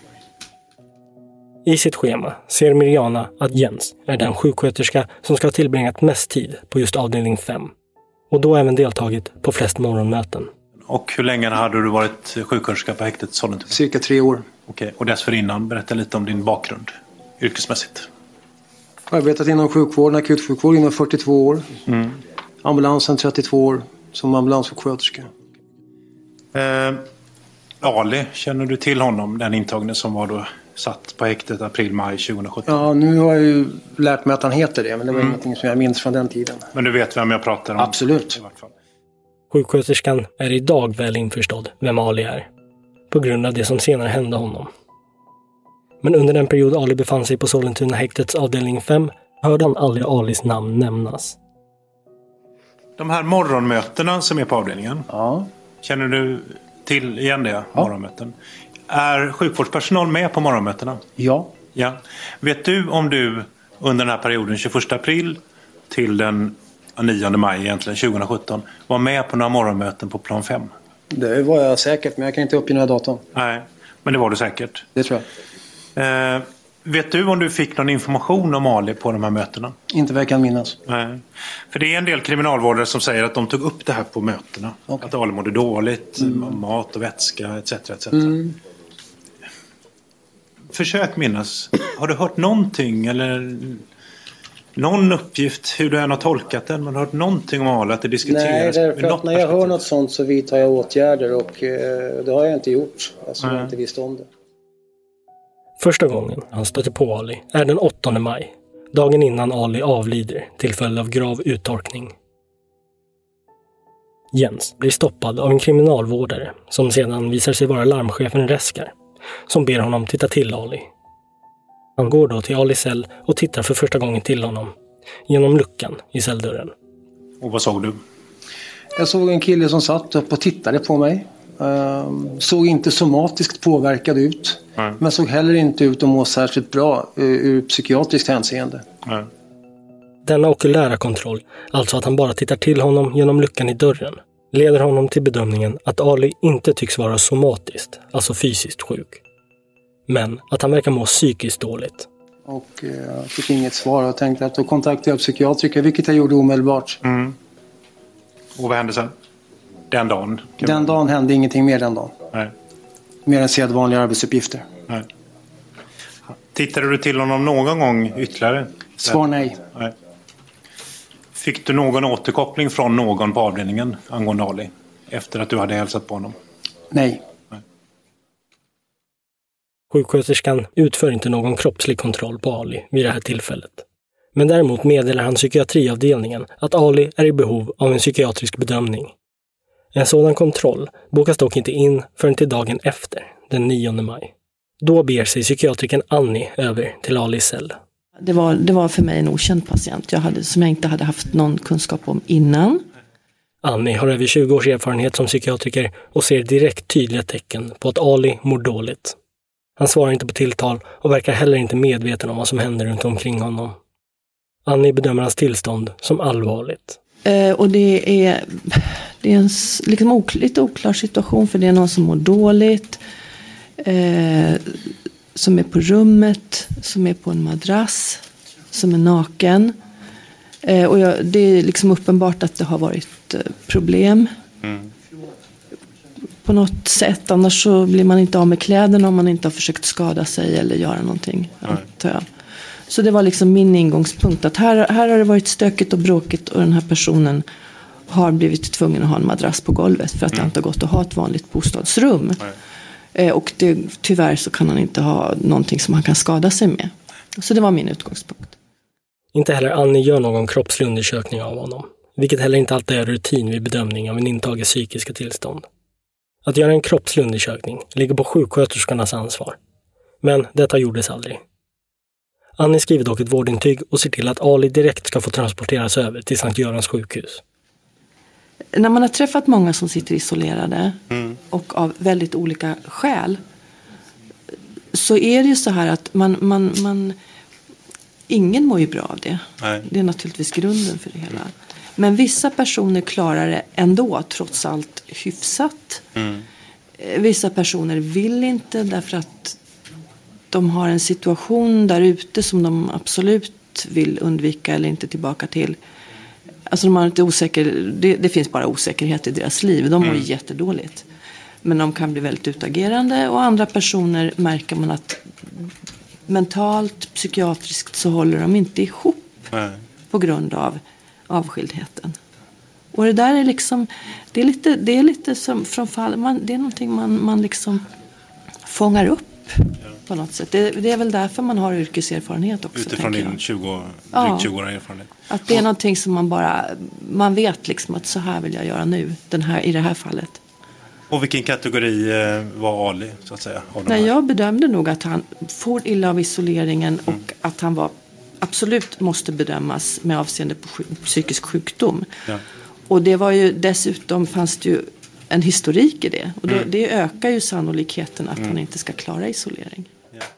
I sitt schema ser Mirjana att Jens är den sjuksköterska som ska ha tillbringat mest tid på just avdelning fem. Och då även deltagit på flest morgonmöten. Och hur länge hade du varit sjuksköterska på häktet Sollentuna? Cirka tre år. Okej, och dessförinnan, berätta lite om din bakgrund yrkesmässigt. Jag har arbetat inom sjukvården, akutsjukvård inom fyrtiotvå år. Mm. Ambulansen trettiotvå år som ambulanssjuksköterska. Eh, Ali, känner du till honom, den intagne som var då satt på häktet april-maj tjugohundrasjutton? Ja, nu har jag ju lärt mig att han heter det, men det var mm. ingenting som jag minns från den tiden. Men du vet vem jag pratar om? Absolut. I vart fall. Sjuksköterskan är idag väl införstådd vem Ali är, på grund av det som senare hände honom. Men under den period Ali befann sig på Sollentuna häktets avdelning fem hörde han aldrig Alis namn nämnas. De här morgonmötena som är på avdelningen, ja. Känner du till igen det? Ja. Morgonmöten. Är sjukvårdspersonal med på morgonmötena? Ja. Ja. Vet du om du under den här perioden tjugoförsta april till den nionde maj egentligen tjugohundrasjutton var med på några morgonmöten på plan fem? Det var jag säkert, men jag kan inte uppge några datum. Nej, men det var du säkert. Det tror jag. Eh, vet du om du fick någon information om Ali på de här mötena? Inte vad jag kan minnas. Nej. För det är en del kriminalvårdare som säger att de tog upp det här på mötena. Okay. Att Ali mådde dåligt, mm. mat och vätska, et cetera et cetera. Mm. Försök minnas. Har du hört någonting eller någon uppgift, hur du än har tolkat den, men har du hört någonting om Ali, att det diskuteras? Nej, därför att när jag hör något sånt så vidtar jag åtgärder och eh, det har jag inte gjort. Alltså jag har inte visst om det. Första gången han stöter på Ali är den åttonde maj, dagen innan Ali avlider till följd av grav uttorkning. Jens blir stoppad av en kriminalvårdare som sedan visar sig vara larmchefen Reskar, som ber honom titta till Ali. Han går då till Alis cell och tittar för första gången till honom, genom luckan i celldörren. Och vad såg du? Jag såg en kille som satt upp och tittade på mig. Uh, såg inte somatiskt påverkad ut. Nej. Men såg heller inte ut att må särskilt bra uh, ur psykiatriskt hänseende. Nej. Denna okulära kontroll, alltså att han bara tittar till honom genom luckan i dörren, leder honom till bedömningen att Ali inte tycks vara somatiskt, alltså fysiskt sjuk. Men att han verkar må psykiskt dåligt. Och uh, jag fick inget svar och tänkte att då kontaktade jag psykiatriker, vilket jag gjorde omedelbart. Mm. Och vad hände sen? Den dagen? Den dagen hände ingenting mer den dagen. Nej. Mer än sedvanliga arbetsuppgifter. Nej. Tittade du till honom någon gång ytterligare? Svar nej. nej. Fick du någon återkoppling från någon på avdelningen angående Ali? Efter att du hade hälsat på honom? Nej. nej. Sjuksköterskan utför inte någon kroppslig kontroll på Ali vid det här tillfället. Men däremot meddelar han psykiatriavdelningen att Ali är i behov av en psykiatrisk bedömning. En sådan kontroll bokas dock inte in förrän till dagen efter, den nionde maj. Då beger sig psykiatriken Annie över till Alis cell. Det var, det var för mig en okänd patient jag hade, som jag inte hade haft någon kunskap om innan. Annie har över tjugo års erfarenhet som psykiatriker och ser direkt tydliga tecken på att Ali mår dåligt. Han svarar inte på tilltal och verkar heller inte medveten om vad som händer runt omkring honom. Annie bedömer hans tillstånd som allvarligt. Eh, och det är, det är en liksom ok, lite oklar situation, för det är någon som mår dåligt, eh, som är på rummet, som är på en madrass, som är naken. Eh, och jag, det är liksom uppenbart att det har varit eh, problem. Mm. På något sätt, annars så blir man inte av med kläderna om man inte har försökt skada sig eller göra någonting, antar jag. Så det var liksom min ingångspunkt, att här, här har det varit stökigt och bråkigt och den här personen har blivit tvungen att ha en madrass på golvet för att mm. det inte har gått att ha ett vanligt bostadsrum. Eh, och det, tyvärr så kan han inte ha någonting som han kan skada sig med. Så det var min utgångspunkt. Inte heller Annie gör någon kroppslig undersökning av honom, vilket heller inte alltid är rutin vid bedömning av en intages psykiska tillstånd. Att göra en kroppslig undersökning ligger på sjuksköterskornas ansvar. Men detta gjordes aldrig. Annie skriver dock ett vårdintyg och ser till att Ali direkt ska få transporteras över till Sankt Görans sjukhus. När man har träffat många som sitter isolerade Mm. och av väldigt olika skäl, så är det ju så här att man, man, man ingen mår ju bra av det. Nej. Det är naturligtvis grunden för det hela. Men vissa personer klarar det ändå, trots allt hyfsat. Mm. Vissa personer vill inte därför att de har en situation där ute som de absolut vill undvika eller inte tillbaka till. Alltså de har inte osäker, det, det finns bara osäkerhet i deras liv. De mår Mm. jättedåligt. Men de kan bli väldigt utagerande, och andra personer märker man att mentalt, psykiatriskt så håller de inte ihop. Nej. På grund av avskildheten. Och det där är liksom, det är lite, det är lite som från fall, man, det är någonting man, man liksom fångar upp på något sätt. Det, det är väl därför man har yrkeserfarenhet också. Utifrån din jag. tjugo, Ja. drygt tjugo-åriga erfarenhet. Att det är någonting som man bara, man vet liksom att så här vill jag göra nu, den här, i det här fallet. Och vilken kategori eh, var Ali, så att säga? Av de Nej, här? jag bedömde nog att han får illa av isoleringen och att han var absolut måste bedömas med avseende på sjuk, psykisk sjukdom. Ja. Och det var ju dessutom fanns det ju en historik i det. Och då, Mm. det ökar ju sannolikheten att Mm. han inte ska klara isolering.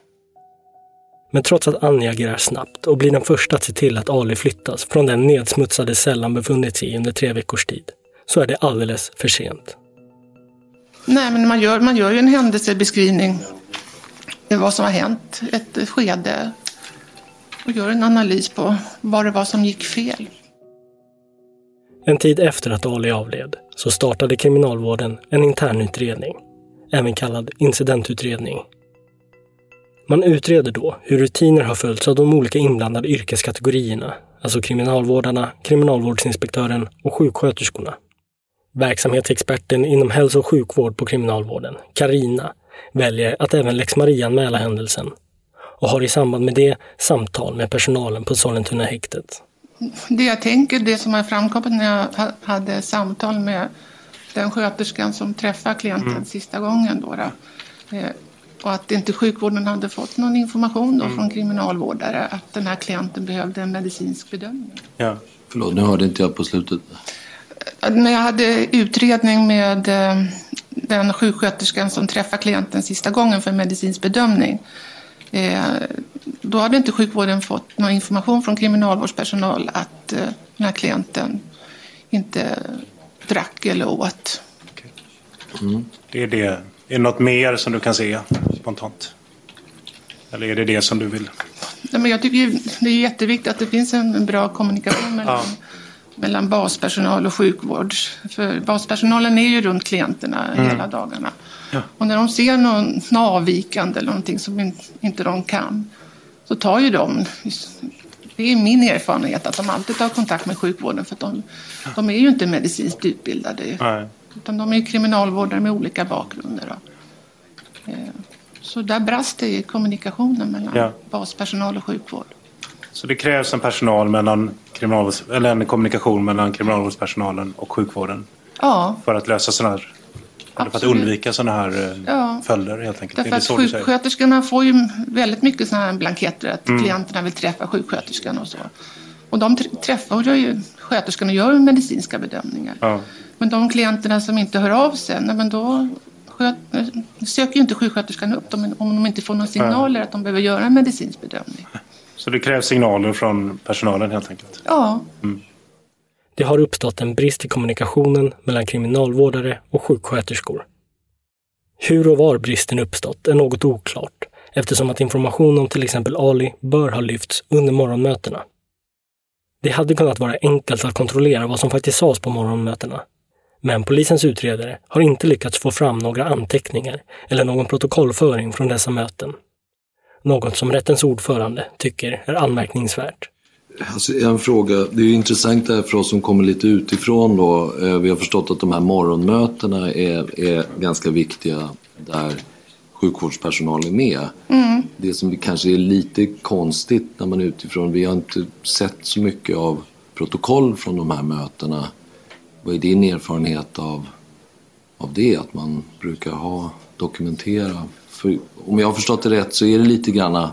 Men trots att Annie agerar snabbt och blir den första att se till att Ali flyttas från den nedsmutsade cell han befunnit sig i under tre veckors tid, så är det alldeles för sent. Nej, men man gör, man gör ju en händelsebeskrivning. Vad som har hänt, ett skede. Och gör en analys på vad det var som gick fel. En tid efter att Ali avled så startade kriminalvården en internutredning, även kallad incidentutredning. Man utreder då hur rutiner har följts av de olika inblandade yrkeskategorierna, alltså kriminalvårdarna, kriminalvårdsinspektören och sjuksköterskorna. Verksamhetsexperten inom hälso- och sjukvård på kriminalvården, Karina, väljer att även Lex Maria anmäla händelsen och har i samband med det samtal med personalen på Sollentuna häktet. Det jag tänker, det som har framkommit när jag ha- hade samtal med den sköterskan som träffade klienten Mm. sista gången då, då eh, och att inte sjukvården hade fått någon information då Mm. från kriminalvårdare att den här klienten behövde en medicinsk bedömning. Ja. Förlåt, nu hörde inte jag på slutet. När jag hade utredning med eh, den sjuksköterskan som träffade klienten sista gången för en medicinsk bedömning, eh, då hade inte sjukvården fått någon information från kriminalvårdspersonal att eh, den här klienten inte drack eller åt. Mm. Det är det. Är det något mer som du kan se spontant? Eller är det det som du vill? Nej, men jag tycker ju, det är jätteviktigt att det finns en bra kommunikation mellan, Ja. mellan baspersonal och sjukvård. För baspersonalen är ju runt klienterna Mm. hela dagarna. Ja. Och när de ser någon, någon avvikande eller någonting som in, inte de kan, så tar ju de, det är min erfarenhet att de alltid tar kontakt med sjukvården, för att de, de är ju inte medicinskt utbildade. Nej. Utan de är ju kriminalvårdare med olika bakgrunder. Då. Eh, Så där brast det i kommunikationen mellan Ja. baspersonal och sjukvård. Så det krävs en personal mellan kriminalvårds, eller en kommunikation mellan kriminalvårdspersonalen och sjukvården Ja, för att lösa sådana här, eller för att Absolut. undvika sådana här eh, Ja. följder helt enkelt. därför Är det att så du säger? sjuksköterskorna får ju väldigt mycket sådana här blanketter att Mm. klienterna vill träffa sjuksköterskan och så. Och de tr- träffar och gör ju, sköterskorna gör ju medicinska bedömningar. Ja. Men de klienterna som inte hör av sig, nej, men då sköt, söker ju inte sjuksköterskan upp dem om de inte får några signaler att de behöver göra en medicinsk bedömning. Så det krävs signaler från personalen helt enkelt. Ja, Det har uppstått en brist i kommunikationen mellan kriminalvårdare och sjuksköterskor. Hur och var bristen uppstått är något oklart, eftersom att information om till exempel Ali bör ha lyfts under morgonmötena. Det hade kunnat vara enkelt att kontrollera vad som faktiskt sades på morgonmötena. Men polisens utredare har inte lyckats få fram några anteckningar eller någon protokollföring från dessa möten. Något som rättens ordförande tycker är anmärkningsvärt. Alltså en fråga, det är ju intressant det här för oss som kommer lite utifrån då. Vi har förstått att de här morgonmötena är, är ganska viktiga där sjukvårdspersonal är med. Mm. Det som kanske är lite konstigt när man är utifrån, vi har inte sett så mycket av protokoll från de här mötena. Vad är din erfarenhet av, av det, att man brukar ha dokumentera? För om jag har förstått det rätt så är det lite granna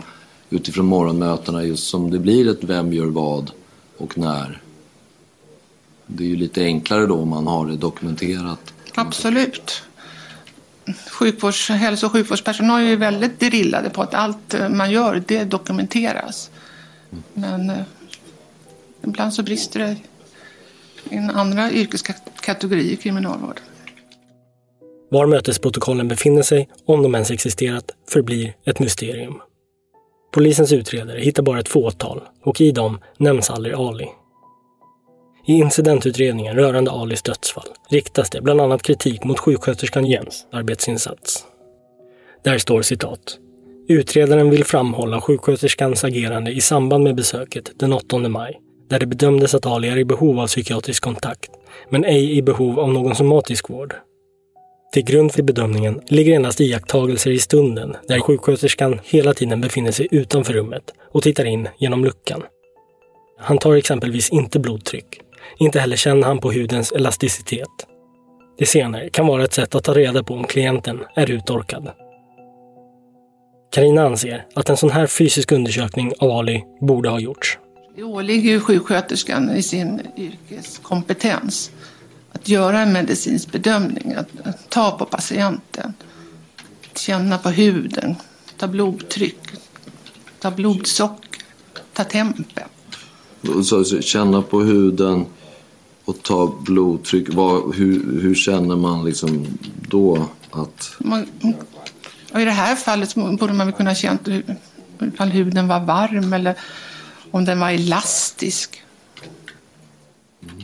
utifrån morgonmötena, just som det blir ett vem gör vad och när. Det är ju lite enklare då om man har det dokumenterat. Absolut. Sjukvårds, hälso- och sjukvårdspersonal är ju väldigt drillade på att allt man gör, det dokumenteras. Men eh, ibland så brister det i en andra yrkeskategori i kriminalvård. Var mötesprotokollen befinner sig, om de ens existerat, förblir ett mysterium. Polisens utredare hittar bara ett fåtal och i dem nämns aldrig Ali. I incidentutredningen rörande Alis dödsfall riktas det bland annat kritik mot sjuksköterskan Jens arbetsinsats. Där står citat: Utredaren vill framhålla sjuksköterskans agerande i samband med besöket den åttonde maj, där det bedömdes att Ali är i behov av psykiatrisk kontakt, men ej i behov av någon somatisk vård. Till grund för bedömningen ligger endast iakttagelser i stunden där sjuksköterskan hela tiden befinner sig utanför rummet och tittar in genom luckan. Han tar exempelvis inte blodtryck. Inte heller känner han på hudens elasticitet. Det senare kan vara ett sätt att ta reda på om klienten är uttorkad. Carina anser att en sån här fysisk undersökning av Ali borde ha gjorts. Det åligger ju sjuksköterskan i sin yrkeskompetens att göra en medicinsk bedömning, att, att ta på patienten, att känna på huden, ta blodtryck, ta blodsocker, ta tempen. Så, så, känna på huden och ta blodtryck. Vad, hur, hur känner man liksom då att... Man, i det här fallet borde man väl kunna känna om huden var varm eller om den var elastisk. Mm.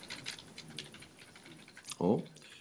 Ja.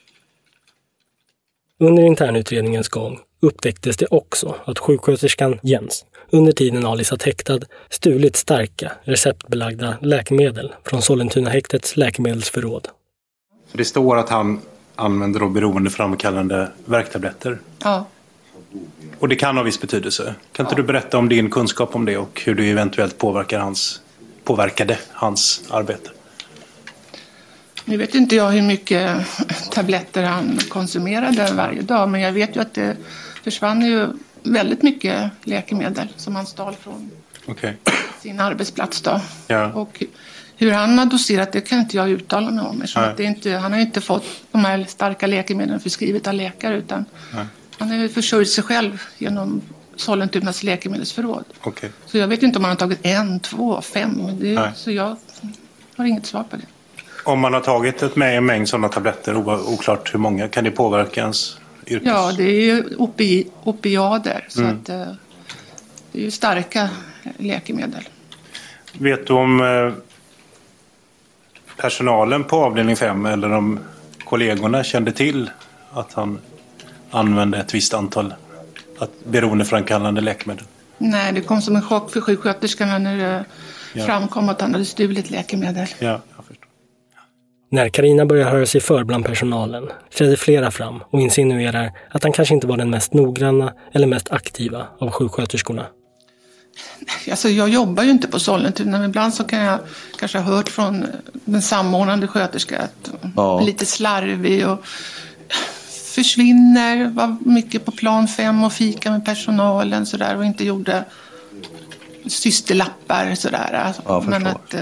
Under internutredningens gång upptäcktes det också att sjuksköterskan Jens under tiden Ali satt häktad stulit starka receptbelagda läkemedel från Sollentuna-häktets läkemedelsförråd. Det står att han använder då beroendeframkallande värktabletter. Ja. Och det kan ha viss betydelse. Kan inte ja. du berätta om din kunskap om det och hur du eventuellt påverkar hans, påverkade hans arbete? Nu vet inte jag hur mycket tabletter han konsumerade varje dag, men jag vet ju att det försvann ju väldigt mycket läkemedel som han stal från okay. sin arbetsplats då. Ja. Och hur han har doserat det kan inte jag uttala mig om. Att det inte, han har ju inte fått de här starka läkemedlen förskrivet av läkare, utan Nej. han har ju försörjt sig själv genom Sollentunas läkemedelsförråd. Okay. Så jag vet inte om han har tagit en, två, fem. Det, så jag har inget svar på det. Om man har tagit ett med en mängd sådana tabletter, oklart hur många, kan det påverka ens yrkes? Ja, det är ju opi- opiader. Så mm. att, det är ju starka läkemedel. Vet du om eh, personalen på avdelning fem eller om kollegorna kände till att han använde ett visst antal beroendeframkallande läkemedel? Nej, det kom som en chock för sjuksköterskorna när det ja. framkom att han hade stulit läkemedel. Ja, jag förstår. När Carina börjar höra sig för bland personalen träder flera fram och insinuerar att han kanske inte var den mest noggranna eller mest aktiva av sjuksköterskorna. Alltså jag jobbar ju inte på Sollentuna, men ibland så kan jag kanske ha hört från den samordnande sköterska att ja. lite slarvig och försvinner, var mycket på plan fem och fika med personalen så där, och inte gjorde systerlappar sådär. Ja, men att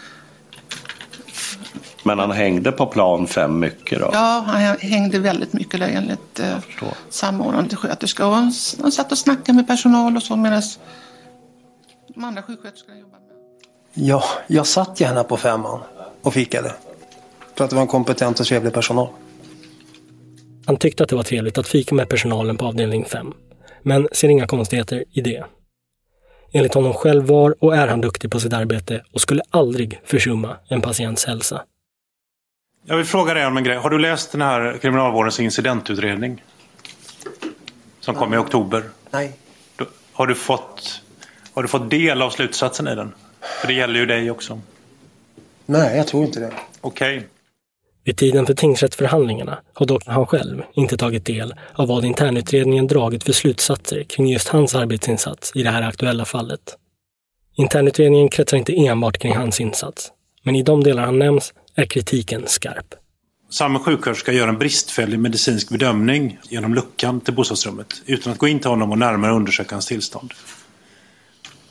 Men han hängde på plan fem mycket då? Ja, han hängde väldigt mycket där enligt eh, samordnande sköterska. Och han, han satt och snackade med personal och så medan de andra sjuksköterskorna jobbade med. Ja, jag satt gärna på femman och fikade. För att det var en kompetent och trevlig personal. Han tyckte att det var trevligt att fika med personalen på avdelning fem. Men ser inga konstigheter i det. Enligt honom själv var och är han duktig på sitt arbete och skulle aldrig försumma en patients hälsa. Jag vill fråga dig om en grej. Har du läst den här kriminalvårdens incidentutredning? Som kom i oktober. Nej. Har du fått, har du fått del av slutsatsen i den? För det gäller ju dig också. Nej, jag tror inte det. Okej. Okay. Vid tiden för tingsrättsförhandlingarna har dock han själv inte tagit del av vad internutredningen dragit för slutsatser kring just hans arbetsinsats i det här aktuella fallet. Internutredningen kretsar inte enbart kring hans insats, men i de delar han nämns är kritiken skarp. Samma sjuksköterska gör en bristfällig medicinsk bedömning genom luckan till bostadsrummet utan att gå in till honom och närmare undersöka hans tillstånd.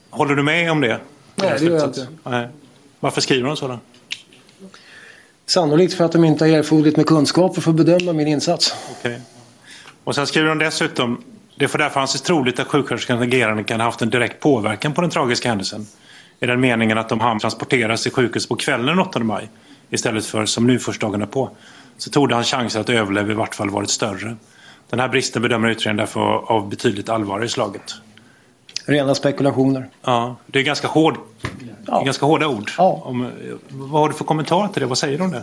Håller du med om det? Nej, det gör jag inte. Nej. Varför skriver de så då? Sannolikt för att de inte har erforderligt med kunskaper för att bedöma min insats. Okej. Okay. Och sen skriver de dessutom: det får därför anses troligt att sjuksköterskans agerande kan ha haft en direkt påverkan på den tragiska händelsen. I den meningen att de hann transporteras till sjukhus på kvällen den åttonde maj istället för som nu första dagarna på. Så tog hans chanser att överleva i vart fall varit större. Den här bristen bedömer utredningen därför av betydligt allvar i slaget. Rena spekulationer. Ja, det är ganska, hård, ja. det är ganska hårda ord. Ja. Om, vad har du för kommentar till det? Vad säger du om det?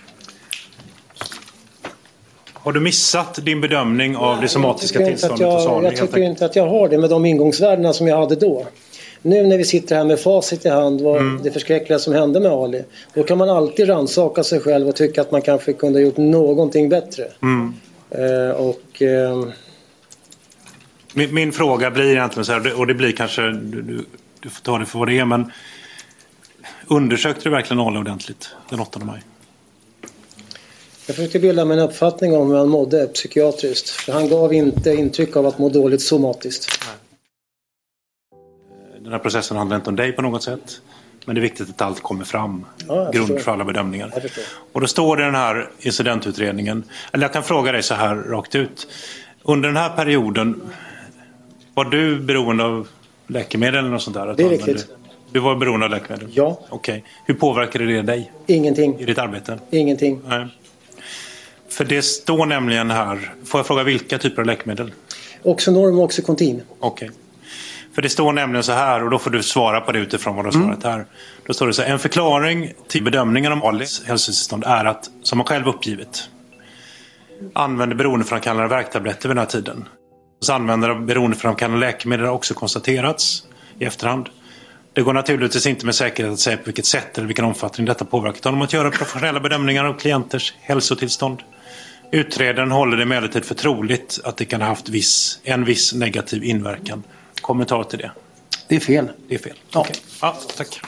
Har du missat din bedömning av Nej, det somatiska tillståndet jag, hos Ali? Jag tycker inte att jag har det med de ingångsvärdena som jag hade då. Nu när vi sitter här med facit i hand vad mm. det förskräckliga som hände med Ali, då kan man alltid rannsaka sig själv och tycka att man kanske kunde ha gjort någonting bättre. Mm. Eh, och... Eh, Min, min fråga blir egentligen så här, och det blir kanske, du, du, du får ta det för vad det är, men undersökte du verkligen Ali ordentligt den åttonde maj? Jag försökte bilda mig en uppfattning om hur han mådde psykiatriskt. För han gav inte intryck av att må dåligt somatiskt. Nej. Den här processen handlar inte om dig på något sätt. Men det är viktigt att allt kommer fram. Ja, grund för alla bedömningar. Och då står det i den här incidentutredningen. Eller jag kan fråga dig så här rakt ut. Under den här perioden, var du beroende av läkemedel eller något sånt där? Det är riktigt. Du var beroende av läkemedel? Ja. Okej. Okay. Hur påverkade det dig? Ingenting. I ditt arbete? Ingenting. Nej. För det står nämligen här, får jag fråga vilka typer av läkemedel? Oxynorm och Oxycontin. Okej. Okay. För det står nämligen så här, och då får du svara på det utifrån vad du har svarat mm. här. Då står det så här: en förklaring till bedömningen om Alis hälsotillstånd är att, som man själv uppgivit, använder beroendeframkallande värktabletter vid den här tiden. Så använder beroendeframkallande läkemedel har också konstaterats i efterhand. Det går naturligtvis inte med säkerhet att säga på vilket sätt eller vilken omfattning detta påverkat honom att göra professionella bedömningar av klienters hälsotillstånd. Utredaren håller det emellertid för troligt att det kan ha haft viss, en viss negativ inverkan. Kommentar till det? Det är fel. Det är fel. Ja. Okay. Ja, tack.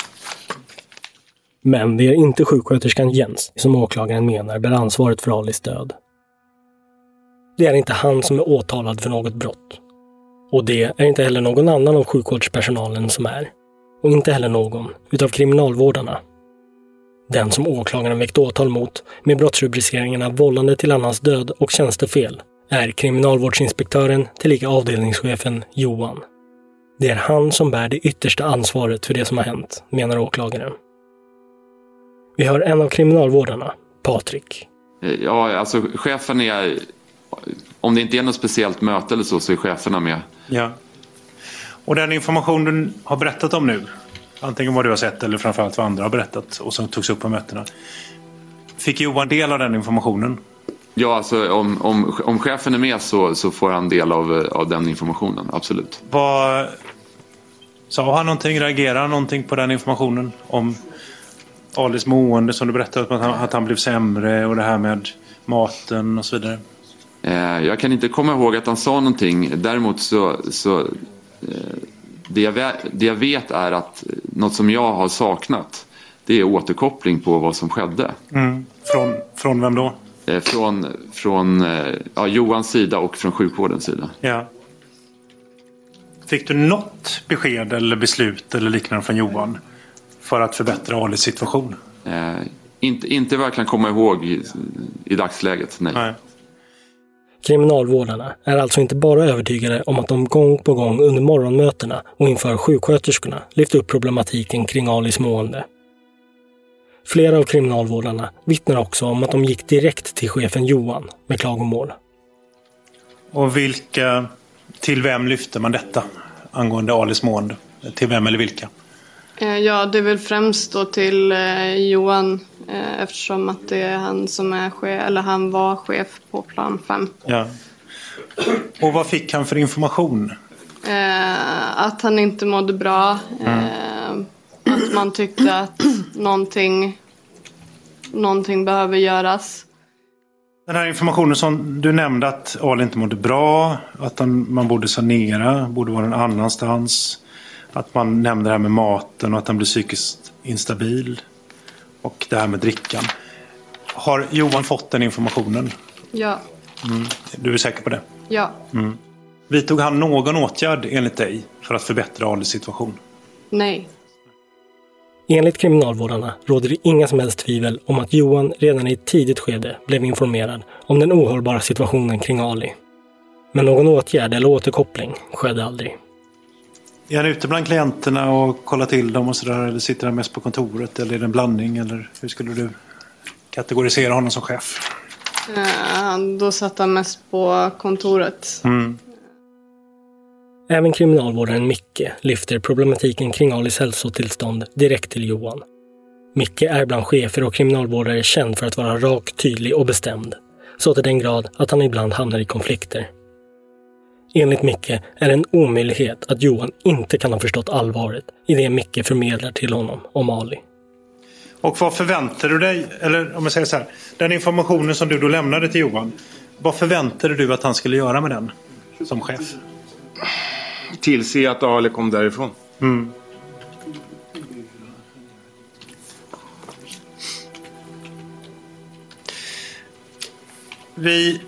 Men det är inte sjuksköterskan Jens som åklagaren menar bär ansvaret för Alis död. Det är inte han som är åtalad för något brott. Och det är inte heller någon annan av sjukvårdspersonalen som är. Och inte heller någon utav kriminalvårdarna. Den som åklagaren väckt åtal mot med brottsrubriceringarna vållande till annans död och tjänstefel är kriminalvårdsinspektören tillika avdelningschefen Johan. Det är han som bär det yttersta ansvaret för det som har hänt, menar åklagaren. Vi har en av kriminalvårdarna, Patrik. Ja, alltså chefen är... Om det inte är något speciellt möte eller så, så är cheferna med. Ja. Och den information du har berättat om nu, antingen vad du har sett eller framförallt vad andra har berättat och som togs upp på mötena. Fick Johan del av den informationen? Ja, alltså om, om, om chefen är med så, så får han del av, av den informationen, absolut. Vad, sa han någonting, reagerade han någonting på den informationen om Alis mående som du berättade, att han, att han blev sämre och det här med maten och så vidare? Jag kan inte komma ihåg att han sa någonting. Däremot så, så det, jag vet, det jag vet är att något som jag har saknat, det är återkoppling på vad som skedde. Mm. Från, från vem då? Från, från ja, Johans sida och från sjukvårdens sida. Ja. Fick du något besked eller beslut eller liknande från Johan för att förbättra Alis situation? Eh, inte, inte vad jag kan komma ihåg i, i dagsläget, nej. nej. Kriminalvårdarna är alltså inte bara övertygade om att de gång på gång under morgonmötena och inför sjuksköterskorna lyft upp problematiken kring Alis mående. Flera av kriminalvårdarna vittnar också om att de gick direkt till chefen Johan med klagomål. Och vilka, till vem lyfter man detta angående Alis mående? Till vem eller vilka? Ja, det är väl främst då till eh, Johan eh, eftersom att det är han som är chef, eller han var chef på plan fem. Ja. Och vad fick han för information? Eh, att han inte mådde bra. Eh, mm. Att man tyckte att någonting, någonting behöver göras. Den här informationen som du nämnde, att Ali inte mådde bra, att han, man borde sanera, borde vara en annanstans. Att man nämnde det här med maten och att han blir psykiskt instabil. Och det här med drickan. Har Johan fått den informationen? Ja. Mm. Du är säker på det? Ja. Mm. Vidtog han någon åtgärd enligt dig för att förbättra Alis situation? Nej. Enligt kriminalvårdarna råder det inga som helst tvivel om att Johan redan i ett tidigt skede blev informerad om den ohållbara situationen kring Ali. Men någon åtgärd eller återkoppling skedde aldrig. Är han ute bland klienterna och kollar till dem och sådär, eller sitter han mest på kontoret, eller är det en blandning, eller hur skulle du kategorisera honom som chef? Uh, då satt han mest på kontoret. Mm. Även kriminalvårdaren Micke lyfter problematiken kring Alis hälsotillstånd direkt till Johan. Micke är bland chefer och kriminalvårdare känd för att vara rak, tydlig och bestämd. Så till den grad att han ibland hamnar i konflikter. Enligt Micke är det en omöjlighet att Johan inte kan ha förstått allvaret i det Micke förmedlar till honom om Ali. Och vad förväntar du dig, eller om jag säger så här, den informationen som du då lämnade till Johan, vad förväntade du att han skulle göra med den som chef? Tillse att Ali kom därifrån. Mm. Vi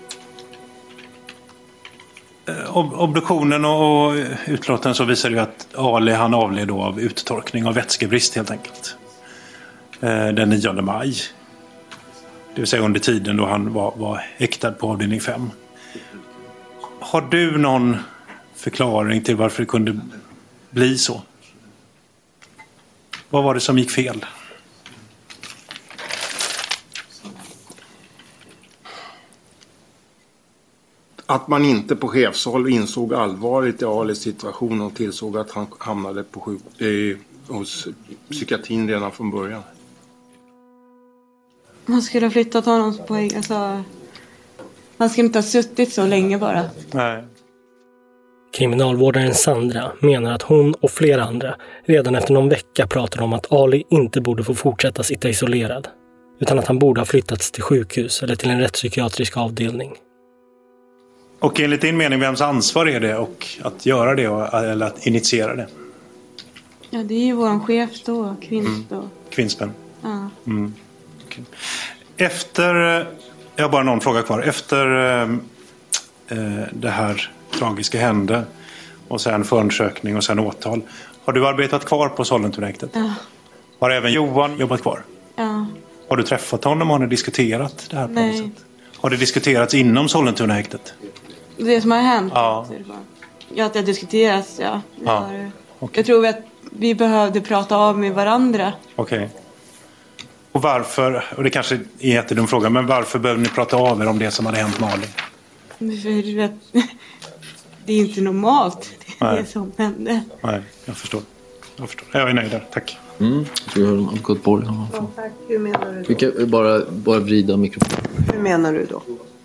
ob- obduktionen och, och utlåtanden så visar ju att Ali han avled då av uttorkning av vätskebrist helt enkelt. Eh, den nionde maj. Det vill säga under tiden då han var, var häktad på avdelning fem. Har du någon förklaring till varför det kunde bli så? Vad var det som gick fel? Att man inte på chefshåll insåg allvaret i Alis situation och tillsåg att han hamnade på sjuk- eh, hos psykiatrin redan från början. Man skulle ha flyttat honom på egen... Alltså, man skulle inte ha suttit så länge bara. Nej. Kriminalvårdaren Sandra menar att hon och flera andra redan efter någon vecka pratade om att Ali inte borde få fortsätta sitta isolerad. Utan att han borde ha flyttats till sjukhus eller till en rättspsykiatrisk avdelning. Och enligt din mening, vems ansvar är det och att göra det och, eller att initiera det? Ja, det är ju våran chef då, Kvinns då. Mm. Kvinnspen. Ja. Mm. Okay. Efter, jag har bara någon fråga kvar. Efter eh, det här tragiska hände och sen förundersökning och sen åtal. Har du arbetat kvar på Sollentunahäktet? Ja. Har även Johan jobbat kvar? Ja. Har du träffat honom och har ni diskuterat det här på Nej. något sätt? Har det diskuterats inom Sollentunahäktet? Det som har hänt? Ja. Ja, att det har diskuterats, ja. Det Ja. har, Okay. Jag tror att vi behövde prata av med varandra. Okej. Okay. Och varför, och det kanske är en jättedum fråga, men varför behöver ni prata av er om det som hade hänt med Ali? För att det är inte normalt, det är det som hände. Nej, jag förstår. Jag förstår. Jag är nöjd där, tack. Mm, så vi har en advokat Borg. Ja, tack. Hur menar du då? Vi kan bara, bara vrida mikrofonen. Hur menar du då?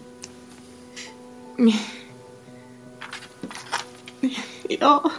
Ja.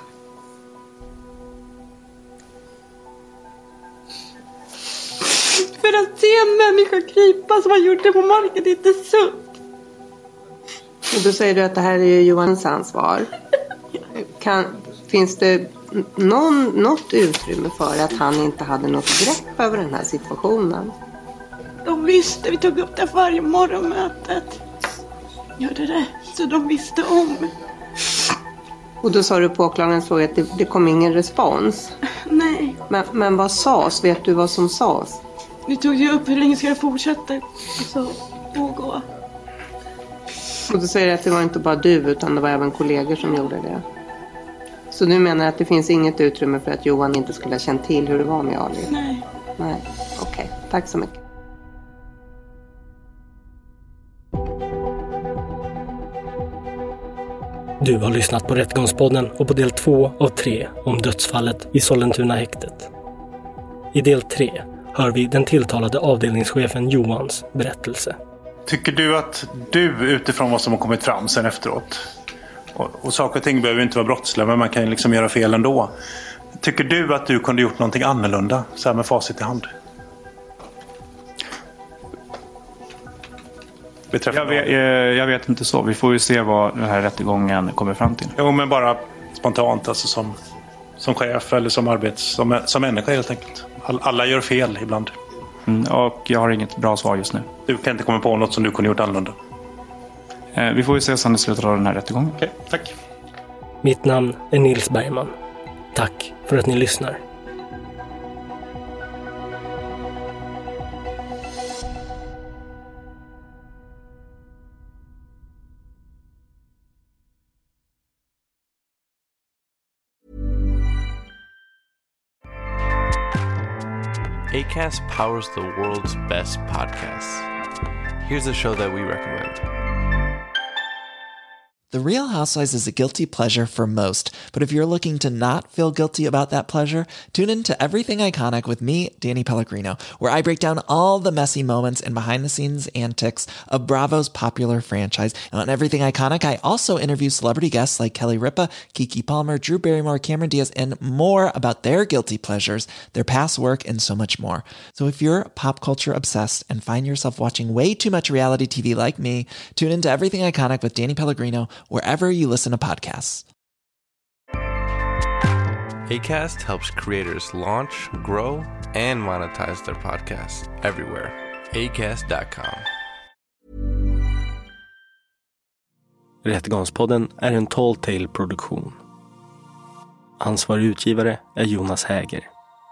För att se en människa krypa som han gjorde på marken, det är inte sunt. Och då säger du att det här är Johans ansvar. Kan, finns det någon, något utrymme för att han inte hade något grepp över den här situationen? De visste, vi tog upp det varje morgonmötet. Gjorde det, så de visste om. Och då sa du på åklagarens fråga att det, det kom ingen respons. Nej. Men, men vad sades? Vet du vad som sades? Vi tog ju upp hur länge ska det fortsätta så pågå. Och då säger du att det var inte bara du utan det var även kollegor som gjorde det. Så du menar att det finns inget utrymme för att Johan inte skulle ha känt till hur det var med Ali? Nej. Nej, okej. Okay. Tack så mycket. Du har lyssnat på Rättegångspodden och på del två av tre om dödsfallet i Sollentunahäktet. I del tre hör vi den tilltalade avdelningschefen Johans berättelse. Tycker du att du utifrån vad som har kommit fram sen efteråt, och, och saker och ting behöver inte vara brottsliga men man kan liksom göra fel ändå. Tycker du att du kunde gjort någonting annorlunda så här med facit i hand? Jag vet, jag vet inte så. Vi får ju se vad den här rättegången kommer fram till. Jo, men bara spontant alltså som, som chef eller som arbets som, som människa helt enkelt. All, alla gör fel ibland. Mm, och jag har inget bra svar just nu. Du kan inte komma på något som du kunde gjort annorlunda? Eh, vi får ju se sen i slutet av den här rättegången. Okej, tack. Mitt namn är Nils Bergman. Tack för att ni lyssnar. Acast powers the world's best podcasts. Here's a show that we recommend. The Real Housewives is a guilty pleasure for most, but if you're looking to not feel guilty about that pleasure, tune in to Everything Iconic with me, Danny Pellegrino, where I break down all the messy moments and behind-the-scenes antics of Bravo's popular franchise. And on Everything Iconic, I also interview celebrity guests like Kelly Ripa, Keke Palmer, Drew Barrymore, Cameron Diaz, and more about their guilty pleasures, their past work, and so much more. So if you're pop culture obsessed and find yourself watching way too much reality T V like me, tune in to Everything Iconic with Danny Pellegrino, wherever you listen to podcasts. Acast helps creators launch, grow, and monetize their podcasts everywhere. acast dot com. Rättegångspodden är en Tall Tale-produktion. Ansvarig utgivare är Jonas Häger.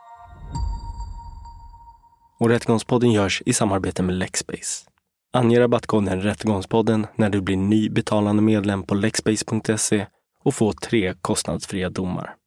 Och Rättegångspodden görs i samarbete med Lexbase. Ange rabattkoden Rättegångspodden när du blir ny betalande medlem på lexbase punkt se och få tre kostnadsfria domar.